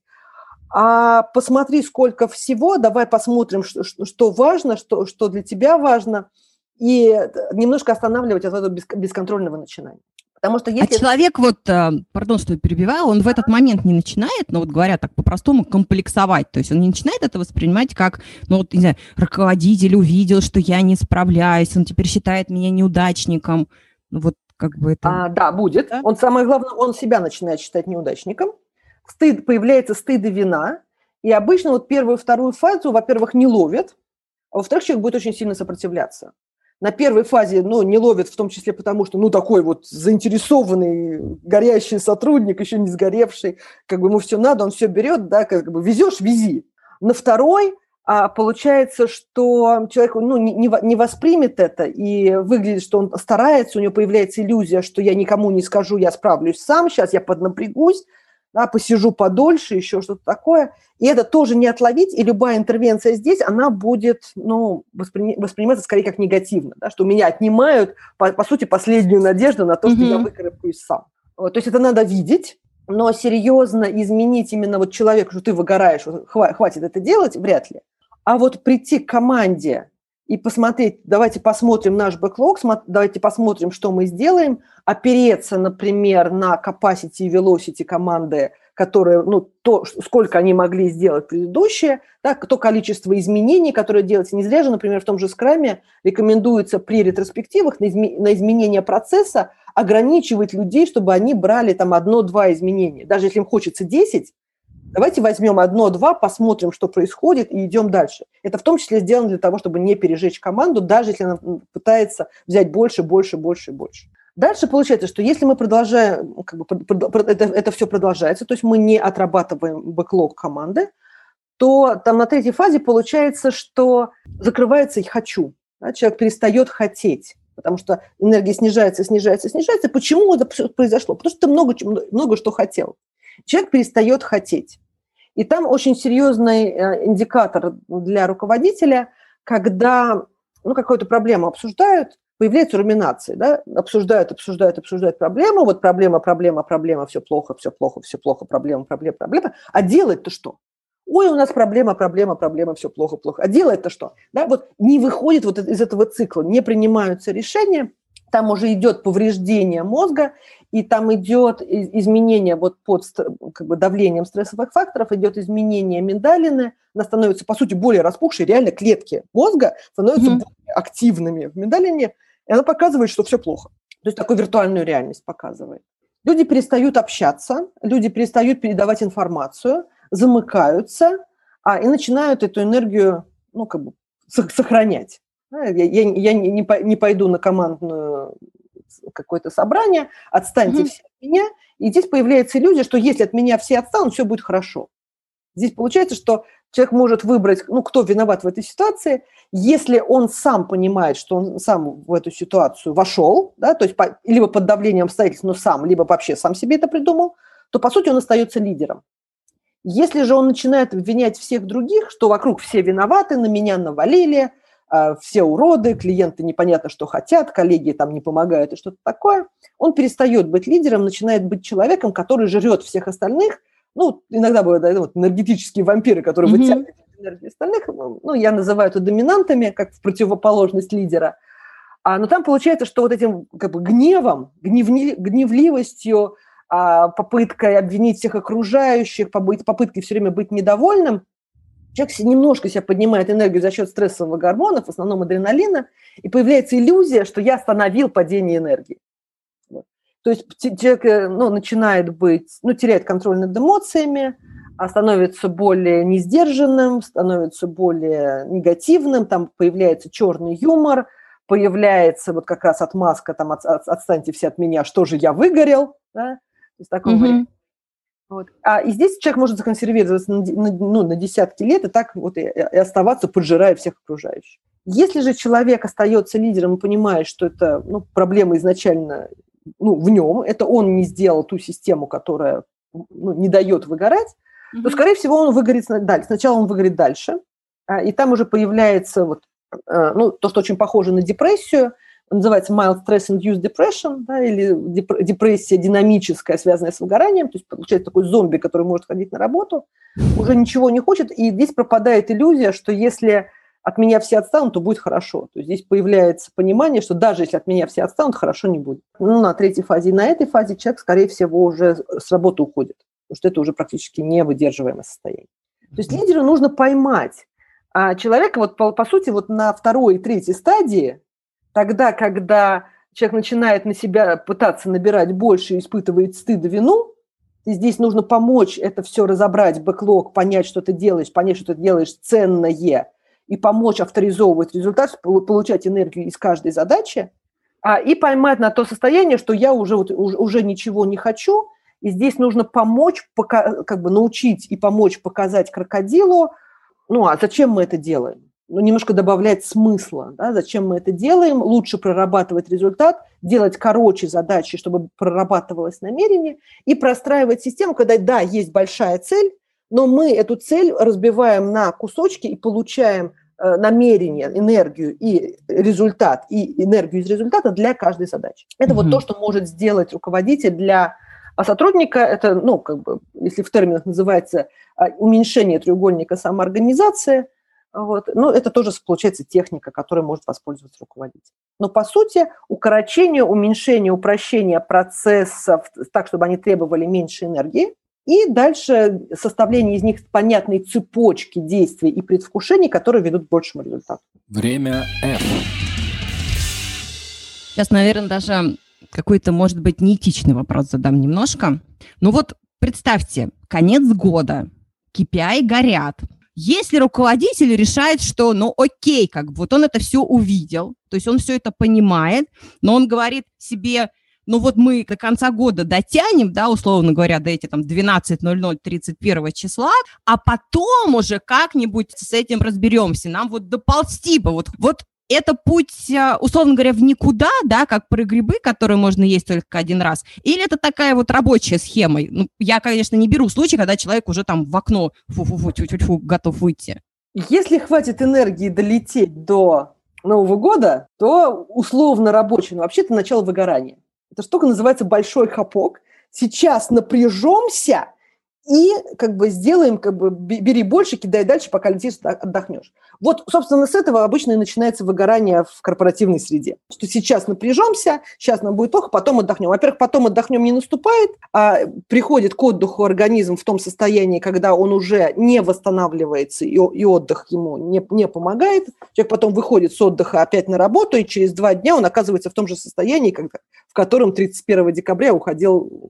А посмотри, сколько всего, давай посмотрим, что, что важно, что, что для тебя важно, и немножко останавливать от этого бесконтрольного начинания. Потому что если... А человек, вот, пардон, что я перебиваю, он в этот момент не начинает, ну вот говоря так по-простому, комплексовать, то есть он не начинает это воспринимать как, ну вот, не знаю, руководитель увидел, что я не справляюсь, он теперь считает меня неудачником, ну вот как бы это... А, да, будет. Да? Он, самое главное, он себя начинает считать неудачником, стыд, появляется стыд и вина, и обычно вот первую и вторую фазу, во-первых, не ловит, а во-вторых, человек будет очень сильно сопротивляться. На первой фазе, ну, не ловит, в том числе потому, что, ну, такой вот заинтересованный, горящий сотрудник, еще не сгоревший, как бы ему все надо, он все берет, да, как бы везешь, вези. На второй а, получается, что человек, ну, не, не воспримет это и выглядит, что он старается, у него появляется иллюзия, что я никому не скажу, я справлюсь сам, сейчас я поднапрягусь, да, посижу подольше, еще что-то такое. И это тоже не отловить, и любая интервенция здесь, она будет, ну, воспри... восприниматься скорее как негативно, да, что у меня отнимают, по, по сути, последнюю надежду на то, что mm-hmm. я выкарабкаюсь сам. Вот, то есть это надо видеть, но серьезно изменить именно вот человека, что ты выгораешь, хватит это делать, вряд ли. А вот прийти к команде и посмотреть, давайте посмотрим наш бэклог, давайте посмотрим, что мы сделаем, опереться, например, на capacity и velocity команды, которые, ну, то, сколько они могли сделать предыдущие, да, то количество изменений, которые делаются. Не зря же, например, в том же скраме рекомендуется при ретроспективах на, изме- на изменение процесса ограничивать людей, чтобы они брали там одно-два изменения. Даже если им хочется десять, давайте возьмем одно-два, посмотрим, что происходит, и идем дальше. Это в том числе сделано для того, чтобы не пережечь команду, даже если она пытается взять больше, больше, больше и больше. Дальше получается, что если мы продолжаем, как бы, это, это все продолжается, то есть мы не отрабатываем бэклог команды, то там на третьей фазе получается, что закрывается «я хочу». Да, человек перестает хотеть, потому что энергия снижается, снижается, снижается. Почему это произошло? Потому что ты много, много что хотел. Человек перестает хотеть. И там очень серьезный индикатор для руководителя, когда, ну, какую-то проблему обсуждают, появляется руминация, да, обсуждают, обсуждают, обсуждают проблему, вот проблема, проблема, проблема, все плохо, все плохо, все плохо, проблема, проблема, проблема, а делать-то что? Ой, у нас проблема, проблема, проблема, все плохо, плохо, а делать-то что? Да, вот не выходит вот из этого цикла, не принимаются решения, там уже идет повреждение мозга, и там идет изменение вот под как бы, давлением стрессовых факторов, идет изменение миндалины, она становится, по сути, более распухшей, реально клетки мозга становятся mm-hmm. более активными в миндалине, и она показывает, что все плохо. То есть такую виртуальную реальность показывает. Люди перестают общаться, люди перестают передавать информацию, замыкаются, а, и начинают эту энергию, ну, как бы, сохранять. Я, я, я не, не пойду на командную какое-то собрание, отстаньте mm-hmm. все от меня, и здесь появляется иллюзия, что если от меня все отстанут, все будет хорошо. Здесь получается, что человек может выбрать, ну, кто виноват в этой ситуации, если он сам понимает, что он сам в эту ситуацию вошел, да, то есть по, либо под давлением обстоятельств, но сам, либо вообще сам себе это придумал, то, по сути, он остается лидером. Если же он начинает обвинять всех других, что вокруг все виноваты, на меня навалили, все уроды, клиенты непонятно, что хотят, коллеги там не помогают и что-то такое, он перестает быть лидером, начинает быть человеком, который жрет всех остальных. Ну, иногда бывают, да, вот, энергетические вампиры, которые mm-hmm. вытягивают энергию остальных. Ну, я называю это доминантами, как в противоположность лидера. А, но там получается, что вот этим как бы гневом, гневни, гневливостью, а, попыткой обвинить всех окружающих, попыткой все время быть недовольным, человек немножко себя поднимает энергию за счет стрессовых гормонов, в основном адреналина, и появляется иллюзия, что я остановил падение энергии. Вот. То есть человек ну, начинает быть, ну, теряет контроль над эмоциями, становится более несдержанным, становится более негативным, там появляется черный юмор, появляется вот как раз отмазка, там, от, от, отстаньте все от меня, что же я выгорел, да? То есть такой mm-hmm. вариант. Вот. А и здесь человек может законсервироваться на, на, ну, на десятки лет и так вот и, и оставаться, поджирая всех окружающих. Если же человек остается лидером и понимает, что это ну, проблема изначально ну, в нем, это он не сделал ту систему, которая ну, не дает выгорать, mm-hmm. то, скорее всего, он выгорит дальше. Сначала он выгорит дальше, и там уже появляется вот, ну, то, что очень похоже на депрессию, называется mild stress-induced depression, да, или депрессия динамическая, связанная с выгоранием, то есть получается такой зомби, который может ходить на работу, уже ничего не хочет, и здесь пропадает иллюзия, что если от меня все отстанут, то будет хорошо. То есть здесь появляется понимание, что даже если от меня все отстанут, хорошо не будет. Ну, на третьей фазе и на этой фазе человек, скорее всего, уже с работы уходит, потому что это уже практически невыдерживаемое состояние. То есть лидеру нужно поймать а человека, вот по, по сути, вот на второй и третьей стадии, тогда, когда человек начинает на себя пытаться набирать больше, испытывает стыд и вину, и здесь нужно помочь это все разобрать, бэклог, понять, что ты делаешь, понять, что ты делаешь ценное, и помочь авторизовывать результат, получать энергию из каждой задачи, а, и поймать на то состояние, что я уже, вот, уже, уже ничего не хочу, и здесь нужно помочь, пока, как бы научить и помочь показать крокодилу, ну, а зачем мы это делаем? Ну, немножко добавлять смысла, да, зачем мы это делаем, лучше прорабатывать результат, делать короче задачи, чтобы прорабатывалось намерение, и простраивать систему, когда, да, есть большая цель, но мы эту цель разбиваем на кусочки и получаем э, намерение, энергию и результат, и энергию из результата для каждой задачи. Это mm-hmm. вот то, что может сделать руководитель для сотрудника. Это, ну, как бы, если в терминах называется уменьшение треугольника самоорганизации, вот. Ну, это тоже, получается, техника, которой может воспользоваться руководитель. Но, по сути, укорочение, уменьшение, упрощение процессов так, чтобы они требовали меньше энергии, и дальше составление из них понятной цепочки действий и предвкушений, которые ведут к большему результату. Время F. Сейчас, наверное, даже какой-то, может быть, неэтичный вопрос задам немножко. Ну вот представьте, конец года, кей пи ай горят. Если руководитель решает, что, ну, окей, как бы вот он это все увидел, то есть он все это понимает, но он говорит себе, ну, вот мы до конца года дотянем, да, условно говоря, до эти там двенадцать ноль ноль тридцать первого числа, а потом уже как-нибудь с этим разберемся, нам вот доползти бы, вот, вот это путь, условно говоря, в никуда, да, как про грибы, которые можно есть только один раз, или это такая вот рабочая схема? Ну, я, конечно, не беру случай, когда человек уже там в окно фу-фу-фу, тю-тю-тю, готов выйти. Если хватит энергии долететь до Нового года, то условно рабочий, но вообще-то начало выгорания. Эта штука называется большой хапок. Сейчас напряжемся и как бы сделаем, как бы бери больше, кидай дальше, пока летишь, отдохнешь. Вот, собственно, с этого обычно и начинается выгорание в корпоративной среде. Что сейчас напряжемся, сейчас нам будет плохо, потом отдохнем. Во-первых, потом отдохнем не наступает, а приходит к отдыху организм в том состоянии, когда он уже не восстанавливается, и, и отдых ему не, не помогает. Человек потом выходит с отдыха опять на работу, и через два дня он оказывается в том же состоянии, когда, в котором тридцать первого декабря уходил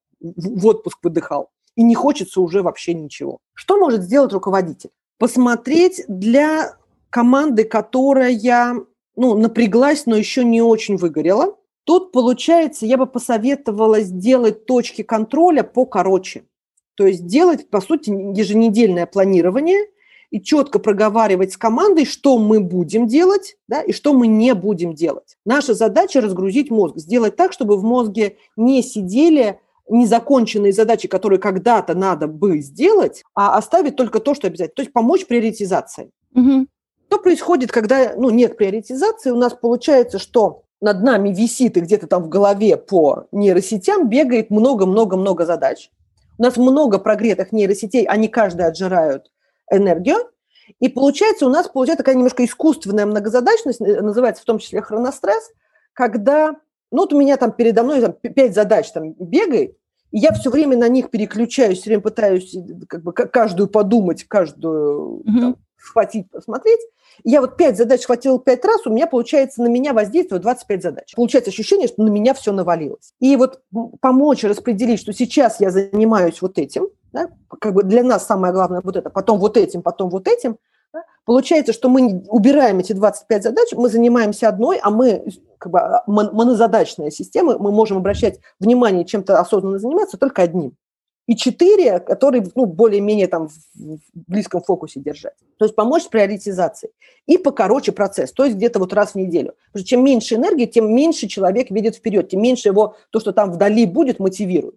в отпуск, выдыхал. И не хочется уже вообще ничего. Что может сделать руководитель? Посмотреть для команды, которая ну, напряглась, но еще не очень выгорела. Тут, получается, я бы посоветовала сделать точки контроля покороче. То есть делать, по сути, еженедельное планирование и четко проговаривать с командой, что мы будем делать, да, и что мы не будем делать. Наша задача – разгрузить мозг, сделать так, чтобы в мозге не сидели незаконченные задачи, которые когда-то надо бы сделать, а оставить только то, что обязательно. То есть помочь приоритизации. Угу. Что происходит, когда ну, нет приоритизации? У нас получается, что над нами висит и где-то там в голове по нейросетям бегает много-много-много задач. У нас много прогретых нейросетей, они каждый отжирают энергию. И получается, у нас получается такая немножко искусственная многозадачность, называется в том числе хроностресс, когда... Ну, вот у меня там передо мной там, пять задач там бегает, И я все время на них переключаюсь, все время пытаюсь как бы каждую подумать, каждую mm-hmm. там, схватить, посмотреть. И я вот пять задач схватила пять раз, у меня, получается, на меня воздействует двадцать пять задач. Получается ощущение, что на меня все навалилось. И вот помочь распределить, что сейчас я занимаюсь вот этим, да, как бы для нас самое главное вот это, потом вот этим, потом вот этим. Да, получается, что мы убираем эти двадцать пять задач, мы занимаемся одной, а мы как бы монозадачная система, мы можем обращать внимание, чем-то осознанно заниматься только одним. И четыре, которые ну, более-менее там в близком фокусе держать. То есть помочь с приоритизацией. И покороче процесс, то есть где-то вот раз в неделю. Потому что чем меньше энергии, тем меньше человек видит вперед, тем меньше его то, что там вдали будет, мотивирует.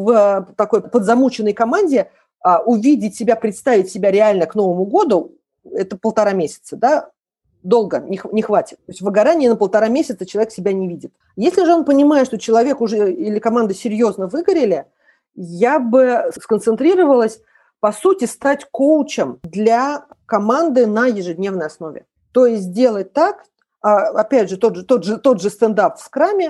В такой подзамученной команде а, увидеть себя, представить себя реально к Новому году, это полтора месяца, да, долго, не, не хватит. То есть выгорание на полтора месяца человек себя не видит. Если же он понимает, что человек уже или команда серьезно выгорели, я бы сконцентрировалась, по сути, стать коучем для команды на ежедневной основе. То есть сделать так, опять же, тот же, тот же, тот же стендап в скраме,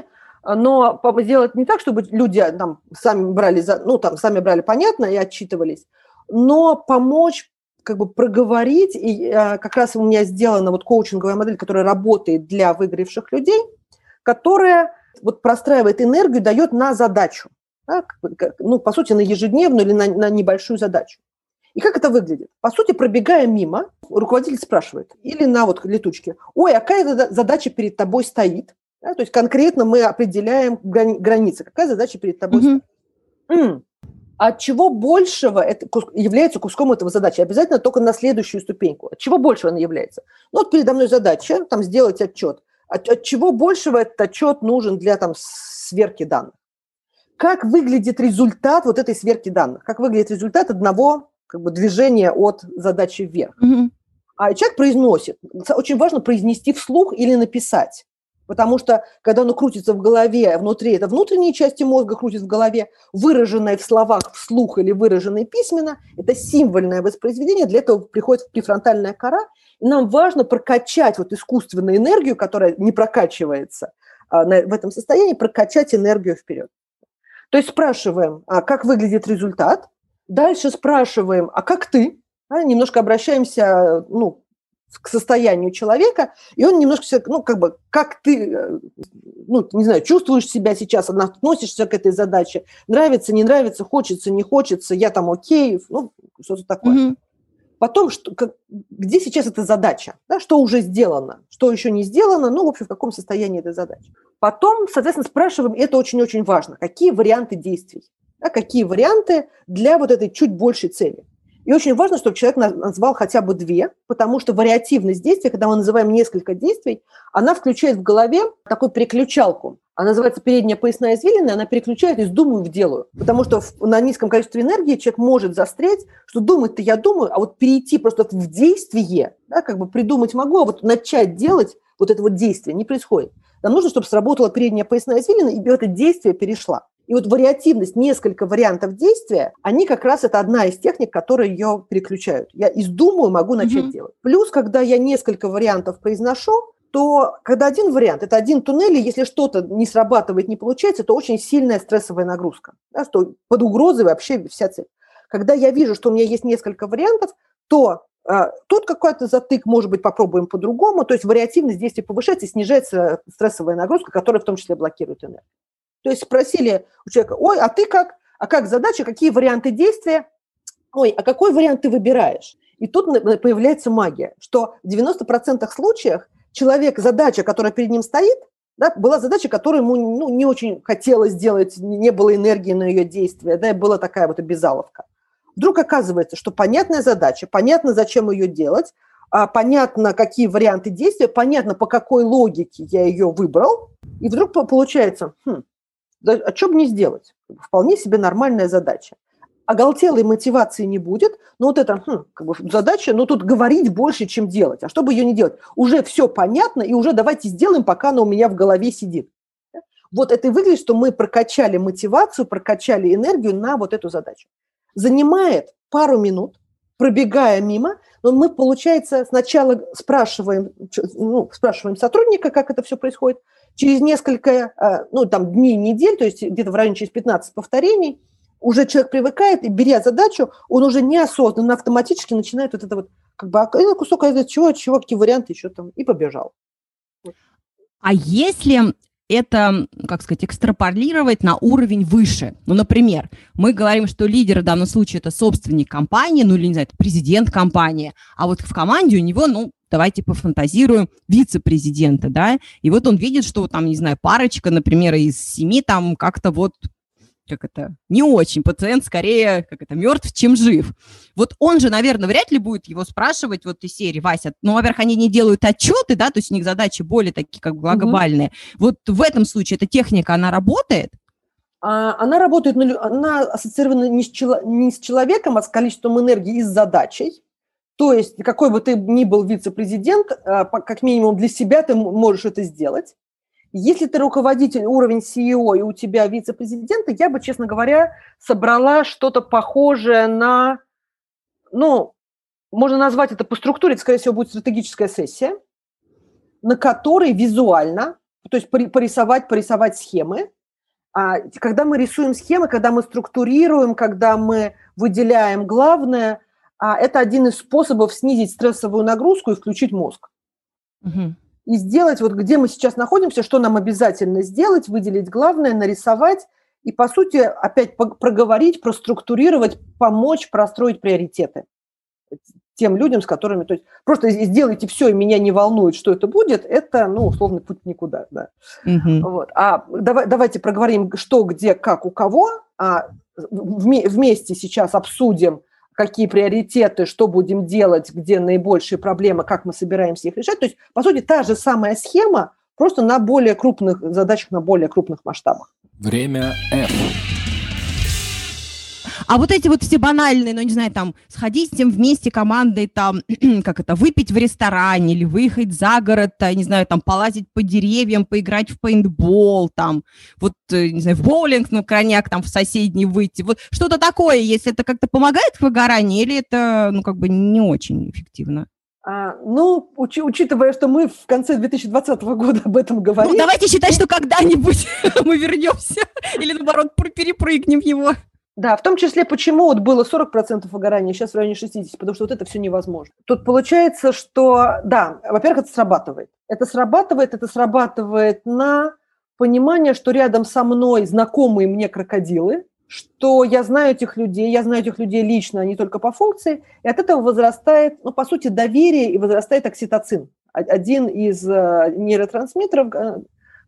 но сделать не так, чтобы люди там, сами брали, ну, там, сами брали, понятно, и отчитывались, но помочь как бы проговорить, и как раз у меня сделана вот коучинговая модель, которая работает для выгоревших людей, которая вот простраивает энергию, дает на задачу. Да, ну, по сути, на ежедневную или на, на небольшую задачу. И как это выглядит? По сути, пробегая мимо, руководитель спрашивает, или на вот летучке, ой, а какая задача перед тобой стоит? Да, то есть конкретно мы определяем границы, какая задача перед тобой mm-hmm. стоит. М-м. От чего большего это является куском этого задачи? Обязательно только на следующую ступеньку. От чего большего она является? Ну, вот передо мной задача, там, сделать отчет. От, от чего большего этот отчет нужен для там, сверки данных? Как выглядит результат вот этой сверки данных? Как выглядит результат одного как бы, движения от задачи вверх? Mm-hmm. А человек произносит. Очень важно произнести вслух или написать. Потому что, когда оно крутится в голове, внутри, это внутренние части мозга крутят в голове, выраженное в словах вслух или выраженное письменно, это символьное воспроизведение, для этого приходит префронтальная кора. И нам важно прокачать вот искусственную энергию, которая не прокачивается а, на, в этом состоянии, прокачать энергию вперед. То есть спрашиваем, а как выглядит результат, дальше спрашиваем, а как ты, а, немножко обращаемся ну, к состоянию человека, и он немножко, ну, как бы, как ты, ну, не знаю, чувствуешь себя сейчас, относишься к этой задаче, нравится, не нравится, хочется, не хочется, я там окей, ну, что-то такое. Mm-hmm. Потом, что, как, где сейчас эта задача, да, что уже сделано, что еще не сделано, ну, в общем, в каком состоянии эта задача. Потом, соответственно, спрашиваем, и это очень-очень важно, какие варианты действий, да, какие варианты для вот этой чуть большей цели. И очень важно, чтобы человек назвал хотя бы две, потому что вариативность действий, когда мы называем несколько действий, она включает в голове такую переключалку. Она называется передняя поясная извилина, она переключает из «думаю» в «делаю». Потому что на низком количестве энергии человек может застрять, что думать-то я думаю, а вот перейти просто в действие, да, как бы придумать могу, а вот начать делать вот это вот действие не происходит. Нам нужно, чтобы сработала передняя поясная извилина, и это действие перешла. И вот вариативность, несколько вариантов действия, они как раз это одна из техник, которые ее переключают. Я из «думаю» могу начать mm-hmm. делать. Плюс, когда я несколько вариантов произношу, то когда один вариант, это один туннель, и если что-то не срабатывает, не получается, то очень сильная стрессовая нагрузка. Да, что под угрозой вообще вся цель. Когда я вижу, что у меня есть несколько вариантов, то а, тут какой-то затык, может быть, попробуем по-другому. То есть вариативность действий повышается и снижается стрессовая нагрузка, которая в том числе блокирует энергию. То есть спросили у человека, ой, а ты как? А как задача? Какие варианты действия? Ой, а какой вариант ты выбираешь? И тут появляется магия, что в девяноста процентах случаев человек, задача, которая перед ним стоит, да, была задача, которую ему ну, не очень хотелось сделать, не было энергии на ее действие, да, и была такая вот обязаловка. Вдруг оказывается, что понятная задача, понятно, зачем ее делать, понятно, какие варианты действия, понятно, по какой логике я ее выбрал, и вдруг получается, хм, да, а что бы не сделать? Вполне себе нормальная задача. Оголтелой мотивации не будет, но вот это хм, как бы задача, ну тут говорить больше, чем делать. А чтобы ее не делать? Уже все понятно, и уже давайте сделаем, пока она у меня в голове сидит. Вот это и выглядит, что мы прокачали мотивацию, прокачали энергию на вот эту задачу. Занимает пару минут, пробегая мимо, но мы, получается, сначала спрашиваем, ну, спрашиваем сотрудника, как это все происходит, через несколько, ну, там, дней, недель, то есть где-то в районе через пятнадцать повторений, уже человек привыкает, и, беря задачу, он уже неосознанно, автоматически начинает вот это вот, как бы, а кусок, а это чего, чего, какие варианты еще там, и побежал. А если это, как сказать, экстраполировать на уровень выше? Ну, например, мы говорим, что лидер в данном случае это собственник компании, ну, или, не знаю, это президент компании, а вот в команде у него, ну, давайте пофантазируем, вице-президента, да, и вот он видит, что там, не знаю, парочка, например, из семи там как-то вот, как это, не очень, пациент скорее, как это, мертв, чем жив. Вот он же, наверное, вряд ли будет его спрашивать вот из серии, Вася, ну, во-первых, они не делают отчеты, да, то есть у них задачи более такие, как бы, глобальные. Mm-hmm. Вот в этом случае эта техника, она работает? А, она работает, она ассоциирована не с, чело, не с человеком, а с количеством энергии и с задачей. То есть какой бы ты ни был вице-президент, как минимум для себя ты можешь это сделать. Если ты руководитель, уровень си и о, и у тебя вице-президента, я бы, честно говоря, собрала что-то похожее на, ну, можно назвать это по структуре, это, скорее всего, будет стратегическая сессия, на которой визуально, то есть порисовать, порисовать схемы. А когда мы рисуем схемы, когда мы структурируем, когда мы выделяем главное, это один из способов снизить стрессовую нагрузку и включить мозг. Угу. И сделать, вот где мы сейчас находимся, что нам обязательно сделать, выделить главное, нарисовать и, по сути, опять проговорить, проструктурировать, помочь простроить приоритеты тем людям, с которыми... То есть просто сделайте все, и меня не волнует, что это будет, это, ну, условно, путь никуда. Да. Mm-hmm. Вот. А давай, давайте проговорим, что, где, как, у кого. А вместе сейчас обсудим, какие приоритеты, что будем делать, где наибольшие проблемы, как мы собираемся их решать. То есть, по сути, та же самая схема, просто на более крупных задачах, на более крупных масштабах. Время F. А вот эти вот все банальные, ну, не знаю, там, сходить всем вместе командой, там, как это, выпить в ресторане или выехать за город, не знаю, там, полазить по деревьям, поиграть в пейнтбол, там, вот, не знаю, в боулинг на крайняк, там, в соседний выйти, вот что-то такое, если это как-то помогает в выгорании или это, ну, как бы не очень эффективно? А, ну, уч- учитывая, что мы в конце две тысячи двадцатого года об этом говорим... Ну, давайте считать, что когда-нибудь мы вернемся или, наоборот, перепрыгнем его. Да, в том числе, почему вот было сорок процентов выгорания, сейчас в районе шестьдесят процентов, потому что вот это все невозможно. Тут получается, что, да, во-первых, это срабатывает. Это срабатывает, это срабатывает на понимание, что рядом со мной знакомые мне крокодилы, что я знаю этих людей, я знаю этих людей лично, а не только по функции, и от этого возрастает, ну, по сути, доверие и возрастает окситоцин. Один из нейротрансмиттеров,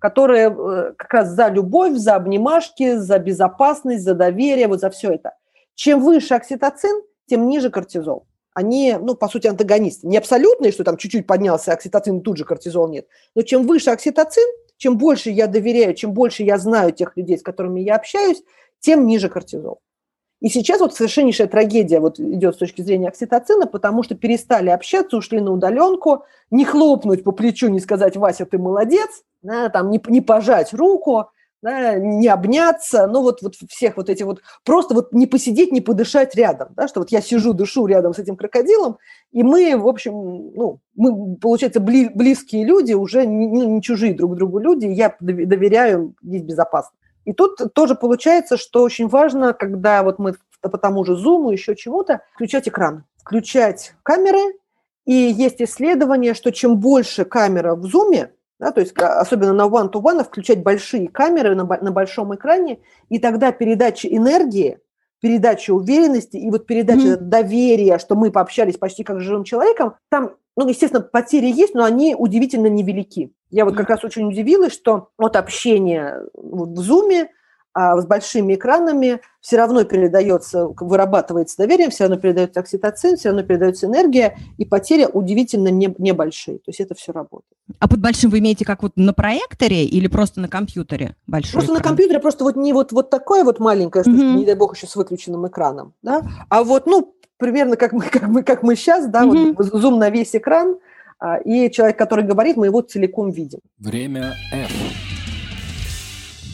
которые как раз за любовь, за обнимашки, за безопасность, за доверие, вот за все это. Чем выше окситоцин, тем ниже кортизол. Они, ну, по сути, антагонисты. Не абсолютные, что там чуть-чуть поднялся окситоцин, тут же кортизол нет. Но чем выше окситоцин, чем больше я доверяю, чем больше я знаю тех людей, с которыми я общаюсь, тем ниже кортизол. И сейчас вот совершеннейшая трагедия вот идет с точки зрения окситоцина, потому что перестали общаться, ушли на удаленку, не хлопнуть по плечу, не сказать: «Вася, ты молодец», да, там, не, не пожать руку, да, не обняться, ну вот, вот всех вот этих вот, просто вот не посидеть, не подышать рядом, да, что вот я сижу, дышу рядом с этим крокодилом, и мы, в общем, ну, мы, получается, бли, близкие люди, уже не, не чужие друг другу люди, я доверяю, есть безопасно. И тут тоже получается, что очень важно, когда вот мы по тому же Zoom, еще чему-то, включать экран, включать камеры. И есть исследование, что чем больше камера в Zoom, да, то есть особенно на one-to-one, включать большие камеры на, на большом экране, и тогда передача энергии, передача уверенности и вот передача mm-hmm. доверия, что мы пообщались почти как с живым человеком, там, ну, естественно, потери есть, но они удивительно невелики. Я вот как раз очень удивилась, что от общения в Zoom а с большими экранами все равно передается, вырабатывается доверие, все равно передается окситоцин, все равно передается энергия, и потери удивительно не, небольшие. То есть это все работает. А под большим вы имеете как вот на проекторе или просто на компьютере большой Просто экран? На компьютере, просто вот не вот, вот такое вот маленькое, что, mm-hmm. не дай бог, еще с выключенным экраном, да, а вот, ну, примерно как мы, как мы, как мы сейчас, да, mm-hmm. вот Zoom на весь экран, и человек, который говорит, мы его целиком видим. Время F.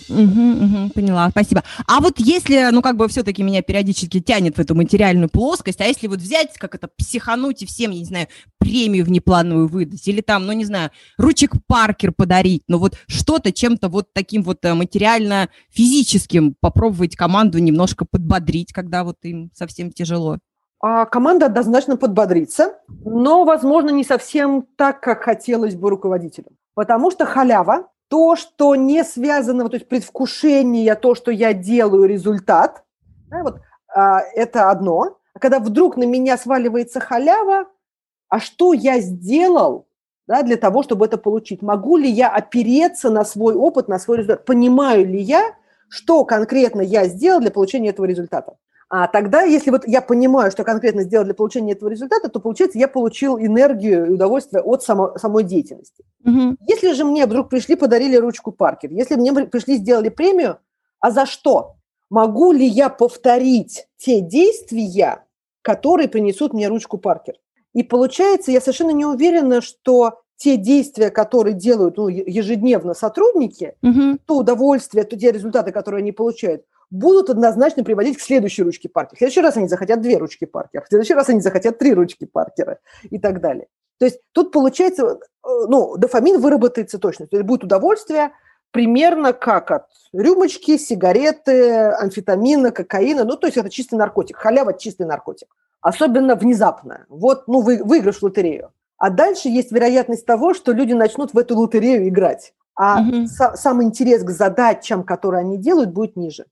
Угу, угу, поняла, спасибо. А вот если, ну, как бы все-таки меня периодически тянет в эту материальную плоскость, а если вот взять, как это, психануть и всем, я не знаю, премию внеплановую выдать, или там, ну, не знаю, ручек Паркер подарить, ну, вот что-то чем-то вот таким вот материально-физическим попробовать команду немножко подбодрить, когда вот им совсем тяжело. А команда однозначно подбодрится, но, возможно, не совсем так, как хотелось бы руководителю. Потому что халява, то, что не связано, то есть предвкушение, то, что я делаю, результат, да, вот, а, это одно. А когда вдруг на меня сваливается халява, а что я сделал, да, для того, чтобы это получить? Могу ли я опереться на свой опыт, на свой результат? Понимаю ли я, что конкретно я сделал для получения этого результата? А тогда, если вот я понимаю, что конкретно сделал для получения этого результата, то, получается, я получил энергию и удовольствие от само, самой деятельности. Угу. Если же мне вдруг пришли, подарили ручку Паркер, если мне пришли, сделали премию, а за что? Могу ли я повторить те действия, которые принесут мне ручку Паркер? И получается, я совершенно не уверена, что те действия, которые делают, ну, ежедневно сотрудники, угу. то удовольствие, то те результаты, которые они получают, будут однозначно приводить к следующей ручке Паркера. В следующий раз они захотят две ручки Паркера, в следующий раз они захотят три ручки Паркера и так далее. То есть тут получается, ну, дофамин выработается точно. То есть будет удовольствие примерно как от рюмочки, сигареты, амфетамина, кокаина. Ну, то есть это чистый наркотик. Халява – чистый наркотик. Особенно внезапно. Вот, ну, вы, выигрыш в лотерею. А дальше есть вероятность того, что люди начнут в эту лотерею играть. А mm-hmm. са- сам интерес к задачам, которые они делают, будет ниже.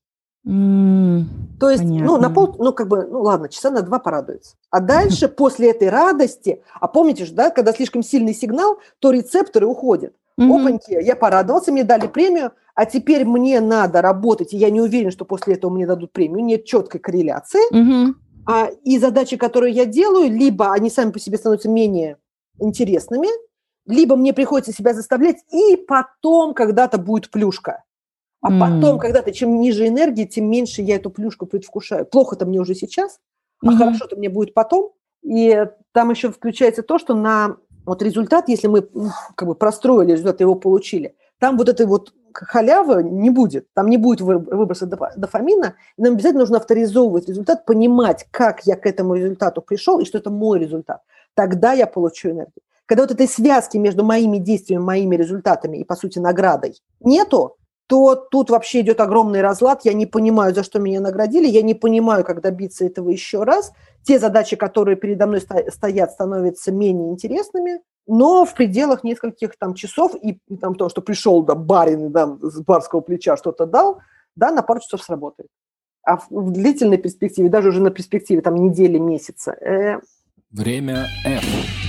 Mm, То есть, понятно. ну, на пол, ну, как бы, ну, ладно, часа на два порадуется. А дальше, после этой радости, а помните же, да, когда слишком сильный сигнал, то рецепторы уходят. Mm-hmm. Опаньки, я порадовался, мне дали премию, а теперь мне надо работать, и я не уверен, что после этого мне дадут премию, нет четкой корреляции. Mm-hmm. А, и задачи, которые я делаю, либо они сами по себе становятся менее интересными, либо мне приходится себя заставлять, и потом когда-то будет плюшка. А потом, mm. когда-то, чем ниже энергии, тем меньше я эту плюшку предвкушаю. Плохо-то мне уже сейчас, а mm-hmm. хорошо-то мне будет потом. И там еще включается то, что на вот результат, если мы как бы простроили результат, его получили, там вот этой вот халявы не будет. Там не будет выброса дофамина. И нам обязательно нужно авторизовывать результат, понимать, как я к этому результату пришел и что это мой результат. Тогда я получу энергию. Когда вот этой связки между моими действиями, моими результатами и, по сути, наградой нету, то тут вообще идет огромный разлад. Я не понимаю, за что меня наградили, я не понимаю, как добиться этого еще раз. Те задачи, которые передо мной стоят, становятся менее интересными, но в пределах нескольких там часов и там то, что пришел да, барин да, с барского плеча что-то дал, да, на пару часов сработает. А в, в длительной перспективе, даже уже на перспективе там недели, месяца. Э... Время F.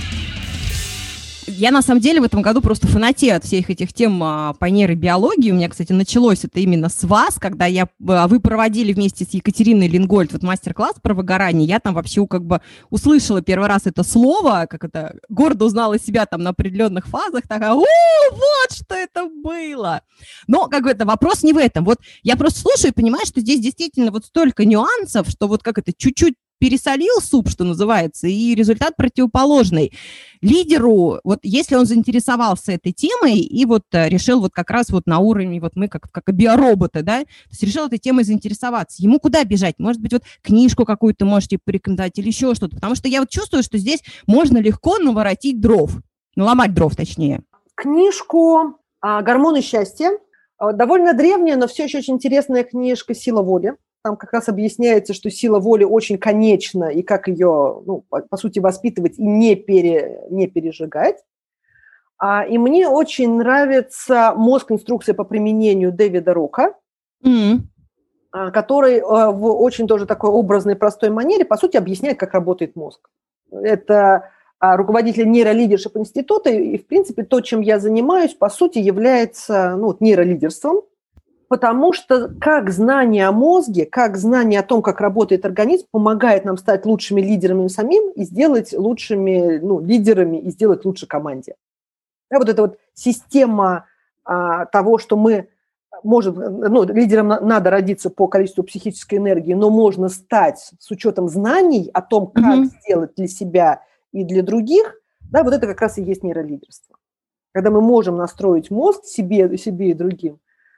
Я, на самом деле, в этом году просто фанатею от всех этих тем а, по нейробиологии. У меня, кстати, началось это именно с вас, когда я, а, вы проводили вместе с Екатериной Лингольд вот мастер-класс про выгорание. Я там вообще как бы услышала первый раз это слово, как это, гордо узнала себя там на определенных фазах, такая, о, вот что это было. Но, как бы, это вопрос не в этом. Вот я просто слушаю и понимаю, что здесь действительно вот столько нюансов, что вот как это, чуть-чуть пересолил суп, что называется, и результат противоположный. Лидеру, вот если он заинтересовался этой темой и вот решил вот как раз вот на уровне, вот мы как, как биороботы, да, то есть решил этой темой заинтересоваться, ему куда бежать? Может быть, вот книжку какую-то можете порекомендовать или еще что-то, потому что я вот чувствую, что здесь можно легко наворотить дров, наломать дров точнее. Книжку «Гормоны счастья», довольно древняя, но все еще очень интересная книжка «Сила воли». Там как раз объясняется, что сила воли очень конечна, и как ее, ну, по, по сути, воспитывать и не, пере, не пережигать. А, и мне очень нравится «Мозг. Инструкция по применению» Дэвида Рока, mm-hmm. а, который а, в очень тоже такой образной, простой манере, по сути, объясняет, как работает мозг. Это а, руководитель нейролидершип института, и, в принципе, то, чем я занимаюсь, по сути, является ну, вот, нейролидерством. Потому что как знание о мозге, как знание о том, как работает организм, помогает нам стать лучшими лидерами самим и сделать лучшими ну, лидерами и сделать лучше команде. Да, вот эта вот система а, того, что мы, может, ну, лидерам надо родиться по количеству психической энергии, но можно стать с учетом знаний о том, как mm-hmm. сделать для себя и для других, да, вот это как раз и есть нейролидерство. Когда мы можем настроить мозг себе, себе и другим,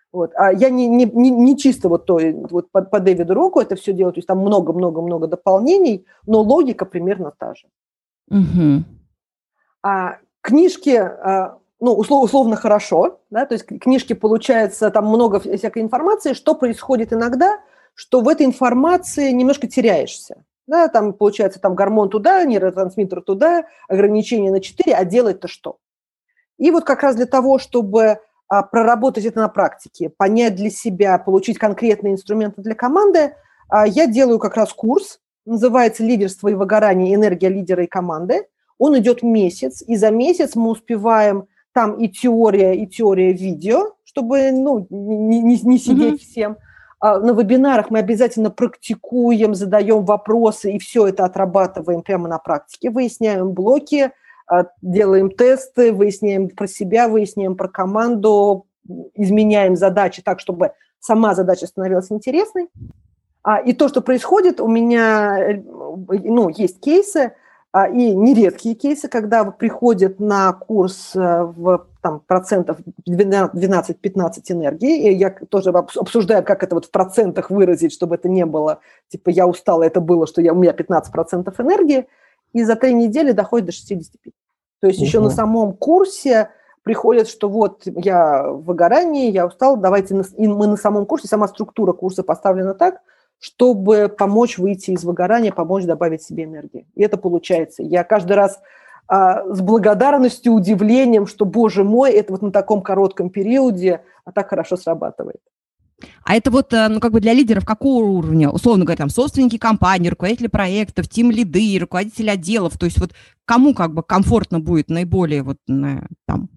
Вот. А я не, не, не, не чисто вот, то, вот по, по Дэвиду Року это все делаю, то есть там много-много-много дополнений, но логика примерно та же. Угу. А книжки, а, ну, услов, условно хорошо, да, то есть книжки, получается, там много всякой информации, что происходит иногда, что в этой информации немножко теряешься. Да, там, получается, там гормон туда, нейротрансмиттер туда, ограничения на четыре, а делать-то что? И вот как раз для того, чтобы а, проработать это на практике, понять для себя, получить конкретные инструменты для команды, а, я делаю как раз курс, называется «Лидерство и выгорание. Энергия лидера и команды». Он идет месяц, и за месяц мы успеваем, там и теория, и теория видео, чтобы ну, не, не, не сидеть mm-hmm. всем. А, на вебинарах мы обязательно практикуем, задаем вопросы, и все это отрабатываем прямо на практике, выясняем блоки, делаем тесты, выясняем про себя, выясняем про команду, изменяем задачи так, чтобы сама задача становилась интересной. И то, что происходит, у меня ну, есть кейсы, и нередкие кейсы, когда приходят на курс в там, процентов двенадцать-пятнадцать энергии, и я тоже обсуждаю, как это вот в процентах выразить, чтобы это не было, типа я устала, это было, что я, у меня пятнадцать процентов энергии, и за три недели доходит до шестьдесят пять. То есть угу. еще на самом курсе приходят, что вот я в выгорании, я устал, давайте, на, и мы на самом курсе, сама структура курса поставлена так, чтобы помочь выйти из выгорания, помочь добавить себе энергии. И это получается. Я каждый раз а, с благодарностью, удивлением, что, боже мой, это вот на таком коротком периоде а так хорошо срабатывает. А это вот, ну, как бы для лидеров какого уровня? Условно говоря, там, собственники компании, руководители проектов, тим-лиды, руководители отделов. То есть вот кому как бы комфортно будет наиболее вот там?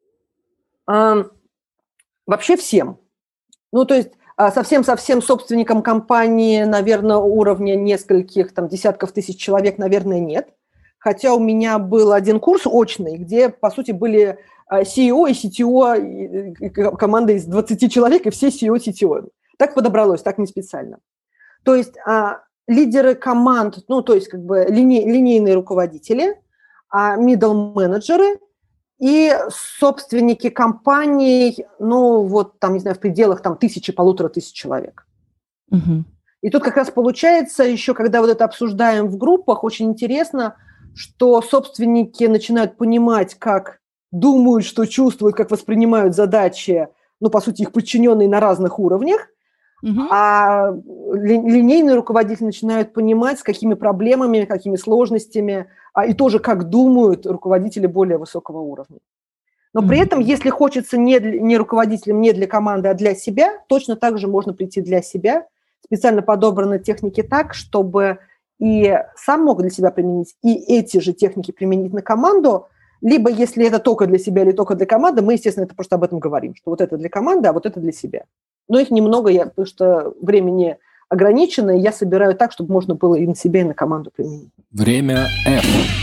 А, вообще всем. Ну, то есть совсем-совсем собственникам компании, наверное, уровня нескольких, там, десятков тысяч человек, наверное, нет. Хотя у меня был один курс очный, где, по сути, были си и о и си ти о, и команда из двадцати человек, и все си и о, си ти о. Так подобралось, так не специально. То есть а, лидеры команд, ну, то есть как бы линей, линейные руководители, а, middle менеджеры и собственники компаний, ну, вот там, не знаю, в пределах там тысячи, полутора тысяч человек. Угу. И тут как раз получается еще, когда вот это обсуждаем в группах, очень интересно, что собственники начинают понимать, как думают, что чувствуют, как воспринимают задачи, ну, по сути, их подчиненные на разных уровнях, угу. а ли, линейные руководители начинают понимать, с какими проблемами, какими сложностями, а, и тоже, как думают руководители более высокого уровня. Но угу. при этом, если хочется не, не руководителем, не для команды, а для себя, точно так же можно прийти для себя. Специально подобраны техники так, чтобы и сам мог для себя применить, и эти же техники применить на команду, либо если это только для себя или только для команды, мы, естественно, это просто об этом говорим, что вот это для команды, а вот это для себя. Но их немного, я, потому что времени ограничено, и я собираю так, чтобы можно было и на себя, и на команду применить. Время F.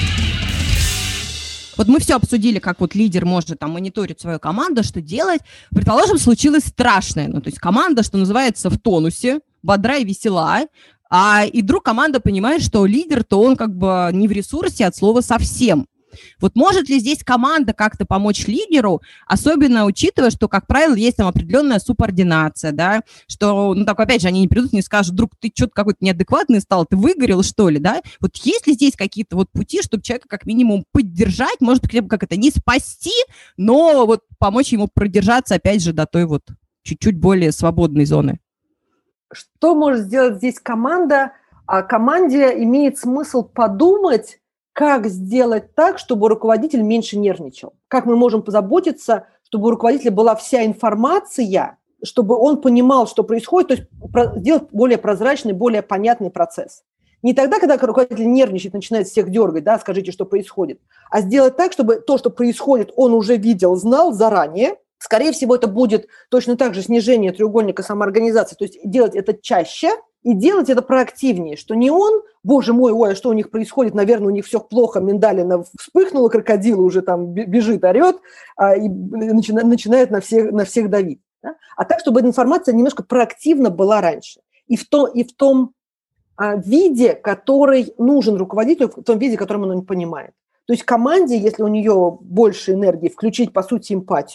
Вот мы все обсудили, как вот лидер может там мониторить свою команду, что делать. Предположим, случилось страшное. Ну, то есть команда, что называется, в тонусе, бодра и весела, а и вдруг команда понимает, что лидер-то он как бы не в ресурсе от слова совсем. Вот может ли здесь команда как-то помочь лидеру, особенно учитывая, что, как правило, есть там определенная субординация, да, что, ну, так, опять же, они не придут и не скажут, вдруг ты что-то какой-то неадекватный стал, ты выгорел, что ли, да? Вот есть ли здесь какие-то вот пути, чтобы человека как минимум поддержать, может, хотя бы как это, не спасти, но вот помочь ему продержаться, опять же, до той вот чуть-чуть более свободной зоны? Что может сделать здесь команда? А команде имеет смысл подумать, как сделать так, чтобы руководитель меньше нервничал. Как мы можем позаботиться, чтобы у руководителя была вся информация, чтобы он понимал, что происходит, то есть сделать более прозрачный, более понятный процесс. Не тогда, когда руководитель нервничает, начинает всех дергать, да, скажите, что происходит, а сделать так, чтобы то, что происходит, он уже видел, знал заранее. Скорее всего, это будет точно так же снижение треугольника самоорганизации, то есть делать это чаще и делать это проактивнее, что не он, боже мой, ой, а что у них происходит, наверное, у них все плохо, миндалина вспыхнула, крокодил уже там бежит, орет а, и начинает, начинает на всех, на всех давить. Да? А так, чтобы эта информация немножко проактивно была раньше. И в, то, и в том а, виде, который нужен руководителю, в том виде, которым он не понимает. То есть команде, если у нее больше энергии, включить, по сути, эмпатию,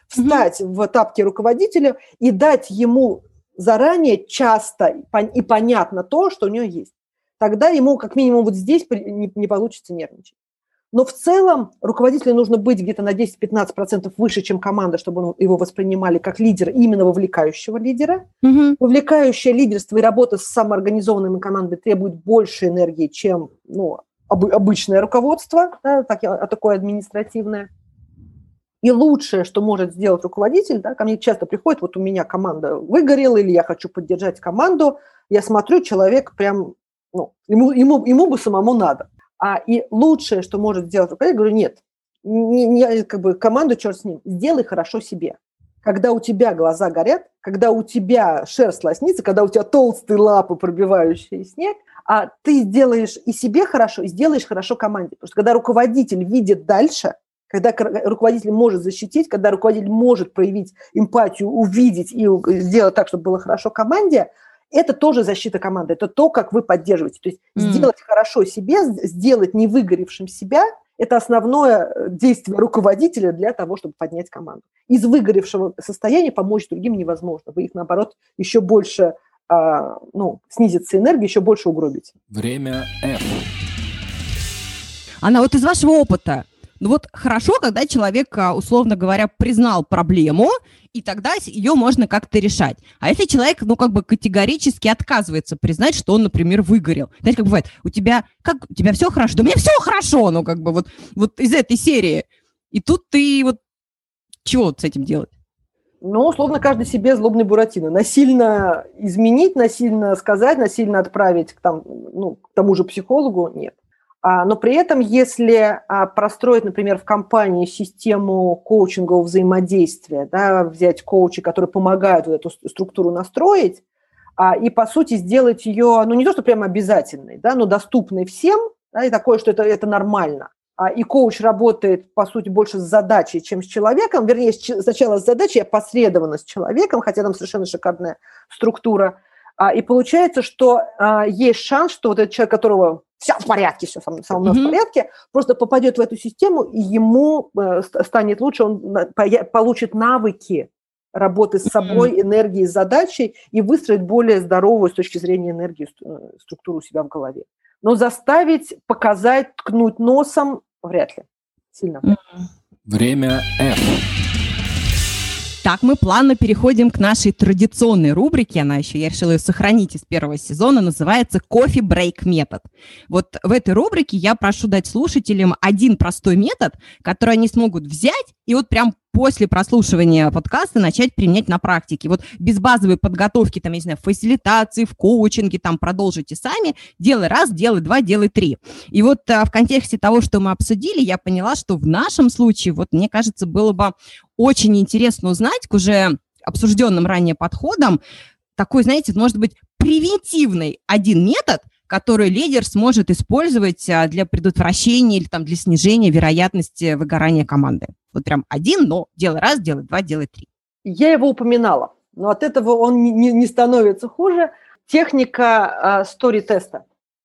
встать mm-hmm. в тапки руководителя и дать ему заранее часто и понятно то, что у него есть. Тогда ему как минимум вот здесь не, не получится нервничать. Но в целом руководителю нужно быть где-то на десять-пятнадцать процентов выше, чем команда, чтобы его воспринимали как лидера, именно вовлекающего лидера. Mm-hmm. Вовлекающее лидерство и работа с самоорганизованными командами требует больше энергии, чем ну, об, обычное руководство, да, так, а такое административное. И лучшее, что может сделать руководитель, да, ко мне часто приходит, вот у меня команда выгорела, или я хочу поддержать команду, я смотрю, человек прям, ну, ему, ему, ему бы самому надо. А, и лучшее, что может сделать руководитель, говорю, нет, не, не, как бы команду, черт с ним, сделай хорошо себе. Когда у тебя глаза горят, когда у тебя шерсть лоснится, когда у тебя толстые лапы, пробивающие снег, а ты делаешь и себе хорошо, и сделаешь хорошо команде. Потому что когда руководитель видит дальше, когда руководитель может защитить, когда руководитель может проявить эмпатию, увидеть и сделать так, чтобы было хорошо команде, это тоже защита команды, это то, как вы поддерживаете. То есть mm. сделать хорошо себе, сделать не выгоревшим себя – это основное действие руководителя для того, чтобы поднять команду. Из выгоревшего состояния помочь другим невозможно. Вы их, наоборот, еще больше, а, ну, снизится энергия, еще больше угробите. Время F. Анна, вот из вашего опыта, ну вот хорошо, когда человек, условно говоря, признал проблему, и тогда ее можно как-то решать. А если человек, ну, как бы категорически отказывается признать, что он, например, выгорел. Знаете, как бывает, у тебя, как, у тебя все хорошо? Да у меня все хорошо, ну, как бы вот, вот из этой серии. И тут ты вот чего вот с этим делать? Ну, условно, каждый себе злобный Буратино. Насильно изменить, насильно сказать, насильно отправить к, там, ну, к тому же психологу – нет. Но при этом, если простроить, например, в компании систему коучингового взаимодействия, да, взять коучей, которые помогают вот эту структуру настроить, и, по сути, сделать ее, ну, не то, что прямо обязательной, да, но доступной всем, да, и такое, что это, это нормально. И коуч работает, по сути, больше с задачей, чем с человеком, вернее, сначала с задачей, опосредованно с человеком, хотя там совершенно шикарная структура. И получается, что есть шанс, что вот этот человек, которого все в порядке, все со мной mm-hmm. в порядке, просто попадет в эту систему, и ему станет лучше, он получит навыки работы с собой, mm-hmm. энергией, задачей и выстроить более здоровую с точки зрения энергии структуру у себя в голове. Но заставить, показать, ткнуть носом вряд ли. Сильно. Mm-hmm. Время F. Так, мы плавно переходим к нашей традиционной рубрике. Она еще, я решила ее сохранить из первого сезона, называется «Coffee Break метод». Вот в этой рубрике я прошу дать слушателям один простой метод, который они смогут взять и вот прям после прослушивания подкаста начать применять на практике. Вот без базовой подготовки, там, я не знаю, в фасилитации, в коучинге, там, продолжите сами, делай раз, делай два, делай три. И вот а, в контексте того, что мы обсудили, я поняла, что в нашем случае, вот мне кажется, было бы очень интересно узнать к уже обсужденным ранее подходам такой, знаете, может быть, превентивный один метод, который лидер сможет использовать для предотвращения или там, для снижения вероятности выгорания команды. Вот прям один, но делай раз, делай два, делай три. Я его упоминала, но от этого он не, не становится хуже. Техника стори-теста.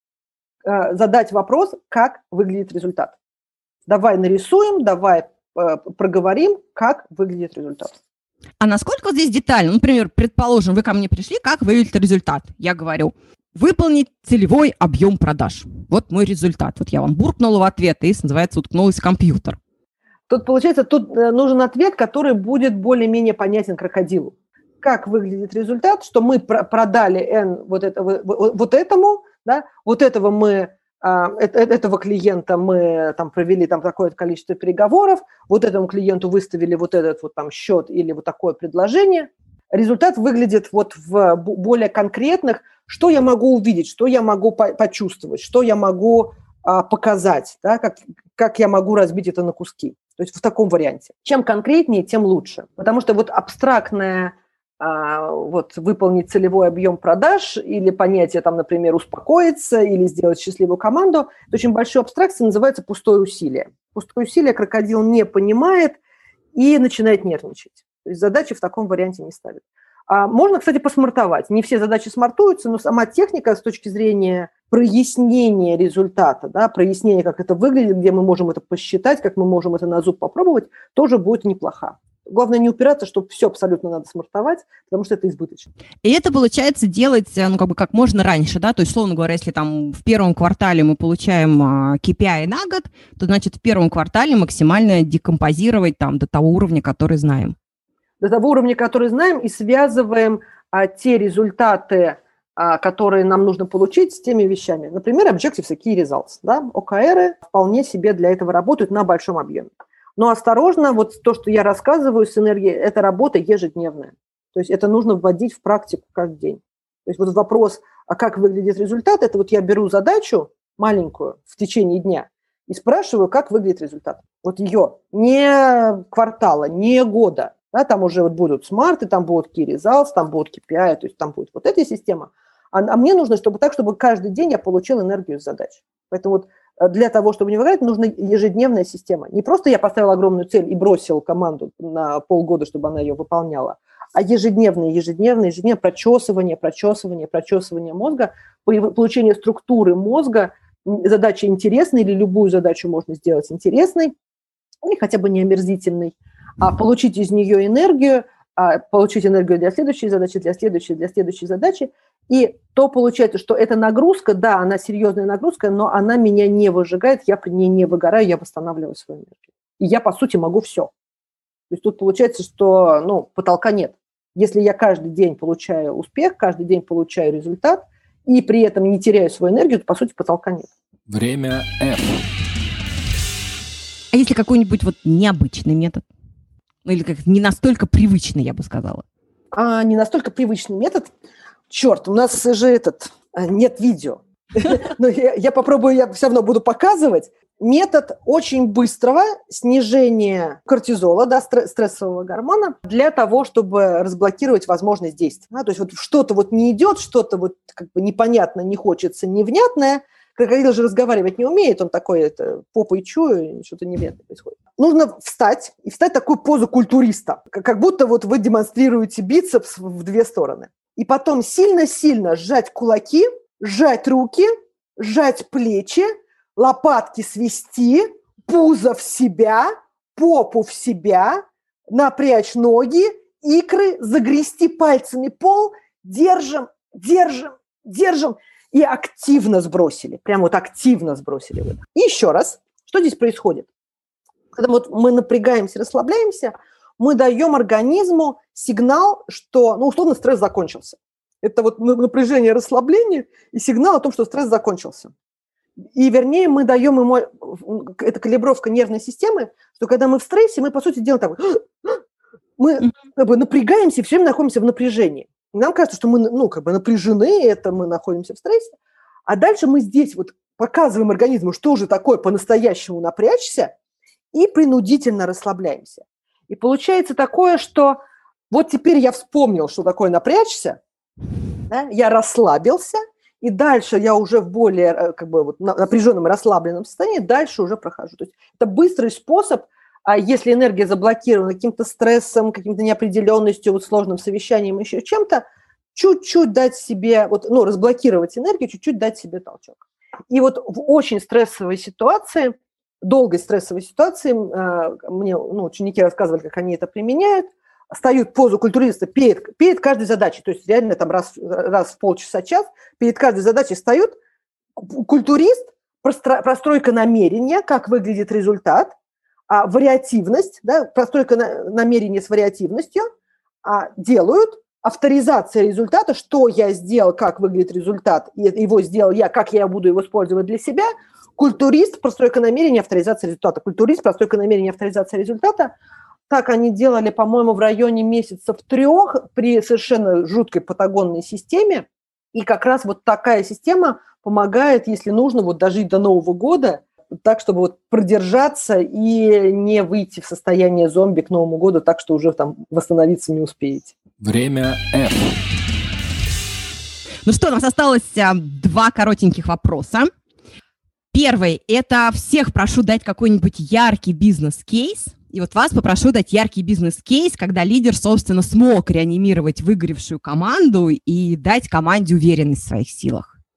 Э, задать вопрос, как выглядит результат. Давай нарисуем, давай э, проговорим, как выглядит результат. А насколько здесь детально? Например, предположим, вы ко мне пришли, как выглядит результат? Я говорю, выполнить целевой объем продаж. Вот мой результат. Вот я вам буркнула в ответ и, называется, уткнулась в компьютер. Тут, получается, тут нужен ответ, который будет более-менее понятен крокодилу. Как выглядит результат, что мы продали N вот, это, вот этому, да, вот этого мы, этого клиента мы там провели там такое-то количество переговоров, вот этому клиенту выставили вот этот вот там счет или вот такое предложение. Результат выглядит вот в более конкретных, что я могу увидеть, что я могу почувствовать, что я могу а, показать, да, как, как я могу разбить это на куски. То есть в таком варианте. Чем конкретнее, тем лучше. Потому что вот абстрактное а, вот, выполнить целевой объем продаж или понятие, там, например, успокоиться или сделать счастливую команду, это очень большой абстракция, называется пустое усилие. Пустое усилие крокодил не понимает и начинает нервничать. То есть задачи в таком варианте не ставит. А можно, кстати, посмартовать. Не все задачи смартуются, но сама техника с точки зрения прояснения результата, да, прояснения, как это выглядит, где мы можем это посчитать, как мы можем это на зуб попробовать, тоже будет неплоха. главное не упираться, что все абсолютно надо смартовать, потому что это избыточно. И это получается делать, ну, как бы как можно раньше, да, то есть, условно говоря, если там в первом квартале мы получаем кей пи ай на год, то, значит, в первом квартале максимально декомпозировать там до того уровня, который знаем. До того уровня, который знаем, и связываем а, те результаты, а, которые нам нужно получить, с теми вещами. Например, Objectives и Key Results. Да? о ка эр вполне себе для этого работают на большом объеме. Но осторожно, вот то, что я рассказываю с энергией, это работа ежедневная. То есть это нужно вводить в практику каждый день. То есть вот вопрос, а как выглядит результат, это вот я беру задачу маленькую в течение дня и спрашиваю, как выглядит результат. Вот ее, не квартала, не года. Да, там уже вот будут смарты, там будут key results, там будут кей пи ай, то есть там будет вот эта система. А, а мне нужно, чтобы так, чтобы каждый день я получил энергию с задач. Поэтому вот для того, чтобы не выиграть, нужна ежедневная система. Не просто я поставил огромную цель и бросил команду на полгода, чтобы она ее выполняла, а ежедневное, ежедневное, ежедневное прочесывание, прочесывание, прочесывание мозга, получение структуры мозга, задача интересная или любую задачу можно сделать интересной, или хотя бы не омерзительной, а получить из нее энергию, а получить энергию для следующей задачи, для следующей, для следующей задачи. И то получается, что эта нагрузка, да, она серьезная нагрузка, но она меня не выжигает, я при ней не выгораю, я восстанавливаю свою энергию. И я, по сути, могу все. То есть тут получается, что ну, потолка нет. Если я каждый день получаю успех, каждый день получаю результат, и при этом не теряю свою энергию, то, по сути, потолка нет. Время F. А если какой-нибудь вот необычный метод? Ну, или как не настолько привычный, я бы сказала. А не настолько привычный метод? Черт, у нас же этот нет видео. Но я, я попробую, я все равно буду показывать. Метод очень быстрого снижения кортизола, да, стрессового гормона, для того, чтобы разблокировать возможность действия. Да, то есть вот что-то вот не идет, что-то вот как бы непонятно, не хочется, невнятное. Крокодил же разговаривать не умеет, он такой, это, попой чую, что-то невнятное происходит. Нужно встать, и встать в такую позу культуриста, как будто вот вы демонстрируете бицепс в две стороны. И потом сильно-сильно сжать кулаки, сжать руки, сжать плечи, лопатки свести, пузо в себя, попу в себя, напрячь ноги, икры, загрести пальцами пол, держим, держим, держим. И активно сбросили, прям вот активно сбросили выдох. И еще раз, что здесь происходит? Когда вот мы напрягаемся, расслабляемся, мы даем организму сигнал, что, ну, условно, стресс закончился. Это вот напряжение, расслабление и сигнал о том, что стресс закончился. И, вернее, мы даем ему, это калибровка нервной системы, что когда мы в стрессе, мы, по сути, делаем так вот, мы как бы напрягаемся и все время находимся в напряжении. Нам кажется, что мы, ну, как бы напряжены, это мы находимся в стрессе. А дальше мы здесь вот показываем организму, что же такое по-настоящему напрячься, и принудительно расслабляемся. И получается такое, что вот теперь я вспомнил, что такое напрячься, да, я расслабился, и дальше я уже в более как бы, вот, напряженном, расслабленном состоянии, дальше уже прохожу. То есть это быстрый способ, а если энергия заблокирована каким-то стрессом, каким-то неопределенностью, вот сложным совещанием, еще чем-то, чуть-чуть дать себе, вот, ну, разблокировать энергию, чуть-чуть дать себе толчок. И вот в очень стрессовой ситуации, долгой стрессовой ситуации, мне ну, ученики рассказывали, как они это применяют, встают позу культуриста перед, перед каждой задачей, то есть реально там раз, раз в полчаса-час, перед каждой задачей встают, культурист, простройка намерения, как выглядит результат, а вариативность, да, простройка на, намерения с вариативностью, а делают, авторизация результата, что я сделал, как выглядит результат, и его сделал я, как я буду его использовать для себя, культурист, простройка намерения, авторизация результата, культурист, простройка намерения, авторизация результата. Так они делали, по-моему, в районе месяцев трех при совершенно жуткой патагонной системе, и как раз вот такая система помогает, если нужно, вот дожить до Нового года, так, чтобы вот продержаться и не выйти в состояние зомби к Новому году, так что уже там восстановиться не успеете. Время F. Ну что, у нас осталось а, два коротеньких вопроса. Первый – это всех прошу дать какой-нибудь яркий бизнес-кейс. И вот вас попрошу дать яркий бизнес-кейс, когда лидер, собственно, смог реанимировать выгоревшую команду и дать команде уверенность в своих силах.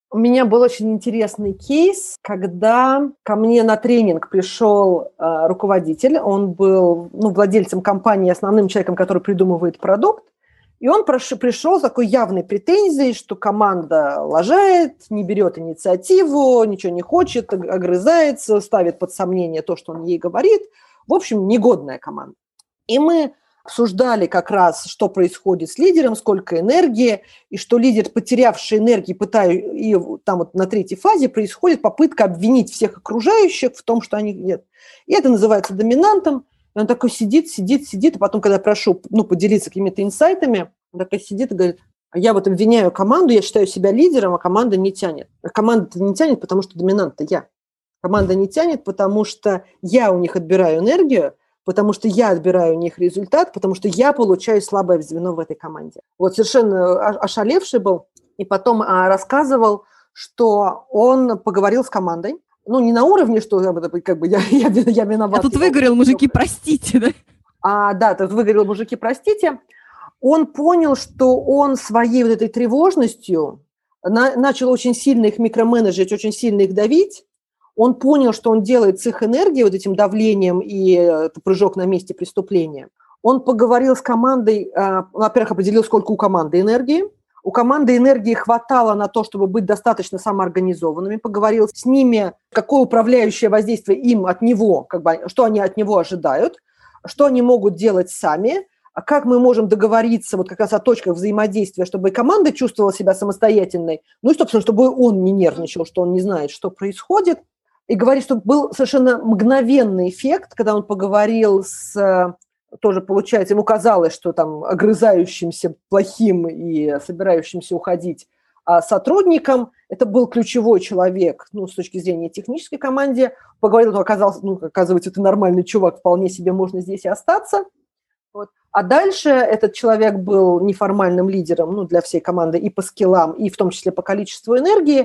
У меня был очень интересный кейс, когда ко мне на тренинг пришел э, руководитель, он был ну, владельцем компании, основным человеком, который придумывает продукт, и он прош- пришел с такой явной претензией, что команда лажает, не берет инициативу, ничего не хочет, огрызается, ставит под сомнение то, что он ей говорит. В общем, негодная команда. И мы обсуждали как раз, что происходит с лидером, сколько энергии, и что лидер, потерявший энергию, пытаясь, и там вот на третьей фазе происходит попытка обвинить всех окружающих в том, что они нет. И это называется доминантом. И он такой сидит, сидит, сидит, и потом, когда я прошу ну, поделиться какими-то инсайтами, он такой сидит и говорит, а я вот обвиняю команду, я считаю себя лидером, а команда не тянет. А команда не тянет, потому что доминант-то я. Команда не тянет, потому что я у них отбираю энергию, потому что я отбираю у них результат, потому что я получаю слабое звено в этой команде. Вот совершенно ошалевший был, и потом а, рассказывал, что он поговорил с командой, ну, не на уровне, что как бы я, я, я виноват. А тут выгорел, мужики, простите, да? А, да, тут выгорел, мужики, простите. Он понял, что он своей вот этой тревожностью на, начал очень сильно их микроменеджить, очень сильно их давить. Он понял, что он делает с их энергией, вот этим давлением и прыжок на месте преступления. Он поговорил с командой, во-первых, определил, сколько у команды энергии. У команды энергии хватало на то, чтобы быть достаточно самоорганизованными. Поговорил с ними, какое управляющее воздействие им от него, как бы, что они от него ожидают, что они могут делать сами, как мы можем договориться вот как раз о точках взаимодействия, чтобы и команда чувствовала себя самостоятельной, ну и, собственно, чтобы он не нервничал, что он не знает, что происходит. И говорит, что был совершенно мгновенный эффект, когда он поговорил с, тоже получается, ему казалось, что там огрызающимся, плохим и собирающимся уходить сотрудником, это был ключевой человек, ну, с точки зрения технической команды, поговорил, что оказался, ну, оказывается, это нормальный чувак, вполне себе можно здесь и остаться. Вот. А дальше этот человек был неформальным лидером, ну, для всей команды и по скиллам, и в том числе по количеству энергии,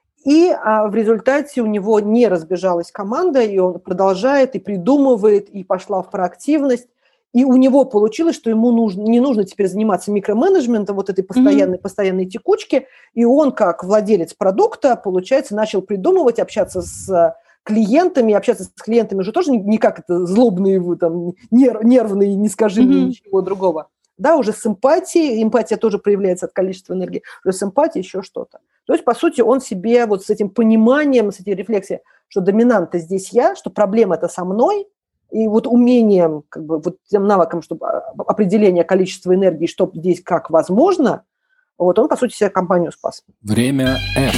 и а, в результате у него не разбежалась команда, и он продолжает, и придумывает, и пошла в проактивность. И у него получилось, что ему нужно, не нужно теперь заниматься микроменеджментом, вот этой постоянной, mm-hmm. постоянной текучки. И он, как владелец продукта, получается, начал придумывать, общаться с клиентами. Общаться с клиентами уже тоже не как это злобные, там, нерв, нервные, не скажи mm-hmm. мне ничего другого. Да, уже с эмпатией, эмпатия тоже проявляется от количества энергии, уже с эмпатией еще что-то. То есть, по сути, он себе вот с этим пониманием, с этой рефлексией, что доминант-то здесь я, что проблема-то со мной, и вот умением, как бы, вот тем навыком, чтобы определение количества энергии, что здесь как возможно, вот он, по сути, себе компанию спас. Время F.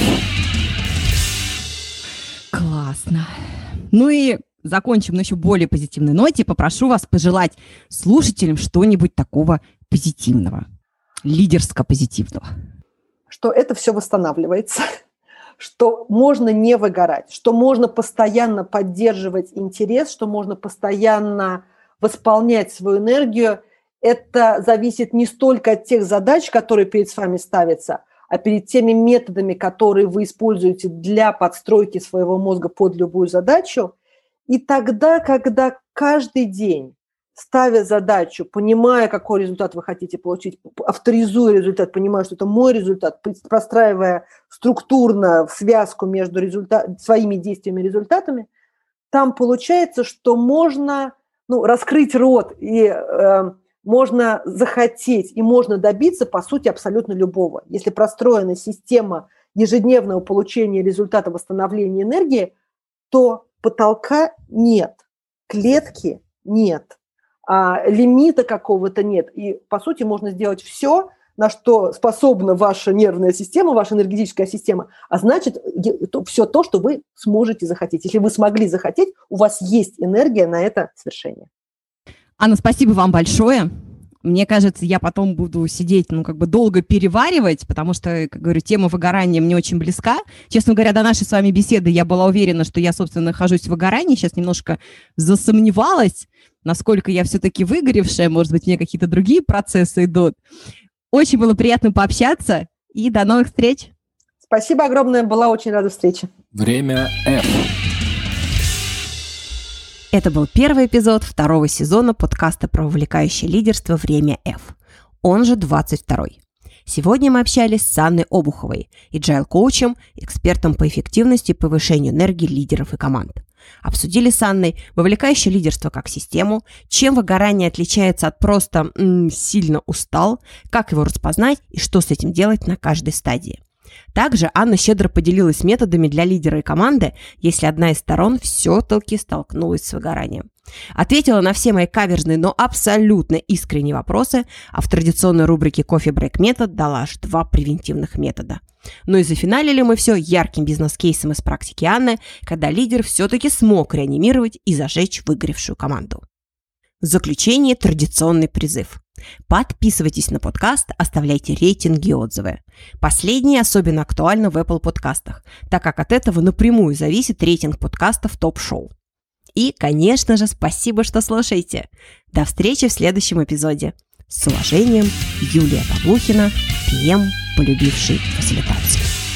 Классно. Ну и закончим на еще более позитивной ноте. Попрошу вас пожелать слушателям что-нибудь такого позитивного, лидерско-позитивного. Что это все восстанавливается, что можно не выгорать, что можно постоянно поддерживать интерес, что можно постоянно восполнять свою энергию. Это зависит не столько от тех задач, которые перед вами ставятся, а перед теми методами, которые вы используете для подстройки своего мозга под любую задачу. И тогда, когда каждый день, ставя задачу, понимая, какой результат вы хотите получить, авторизуя результат, понимая, что это мой результат, простраивая структурно в связку между результат, своими действиями и результатами, там получается, что можно ну, раскрыть рот, и э, можно захотеть, и можно добиться, по сути, абсолютно любого. Если простроена система ежедневного получения результата восстановления энергии, то потолка нет, клетки нет. А лимита какого-то нет. И, по сути, можно сделать все, на что способна ваша нервная система, ваша энергетическая система, а значит, все то, что вы сможете захотеть. Если вы смогли захотеть, у вас есть энергия на это свершение. Анна, спасибо вам большое. Мне кажется, я потом буду сидеть, ну, как бы долго переваривать, потому что, как говорю, тема выгорания мне очень близка. Честно говоря, до нашей с вами беседы я была уверена, что я, собственно, нахожусь в выгорании. Сейчас немножко засомневалась, насколько я все-таки выгоревшая. Может быть, у меня какие-то другие процессы идут. Очень было приятно пообщаться, и до новых встреч. Спасибо огромное, была очень рада встрече. Время F. Это был первый эпизод второго сезона подкаста про увлекающее лидерство «Время F», он же двадцать второй. Сегодня мы общались с Анной Обуховой, эйджайл-коучем, экспертом по эффективности и повышению энергии лидеров и команд. Обсудили с Анной вовлекающее лидерство как систему, чем выгорание отличается от просто м, «сильно устал», как его распознать и что с этим делать на каждой стадии. Также Анна щедро поделилась методами для лидера и команды, если одна из сторон все-таки столкнулась с выгоранием. Ответила на все мои каверзные, но абсолютно искренние вопросы, а в традиционной рубрике «Кофе-брейк метод» дала аж два превентивных метода. Ну и зафиналили мы все ярким бизнес-кейсом из практики Анны, когда лидер все-таки смог реанимировать и зажечь выгоревшую команду. В заключение традиционный призыв. Подписывайтесь на подкаст, оставляйте рейтинги и отзывы. Последнее особенно актуально в Apple подкастах, так как от этого напрямую зависит рейтинг подкастов топ-шоу. И, конечно же, спасибо, что слушаете. До встречи в следующем эпизоде. С уважением, Юлия Павлухина, пи эм, полюбивший фасилитацию.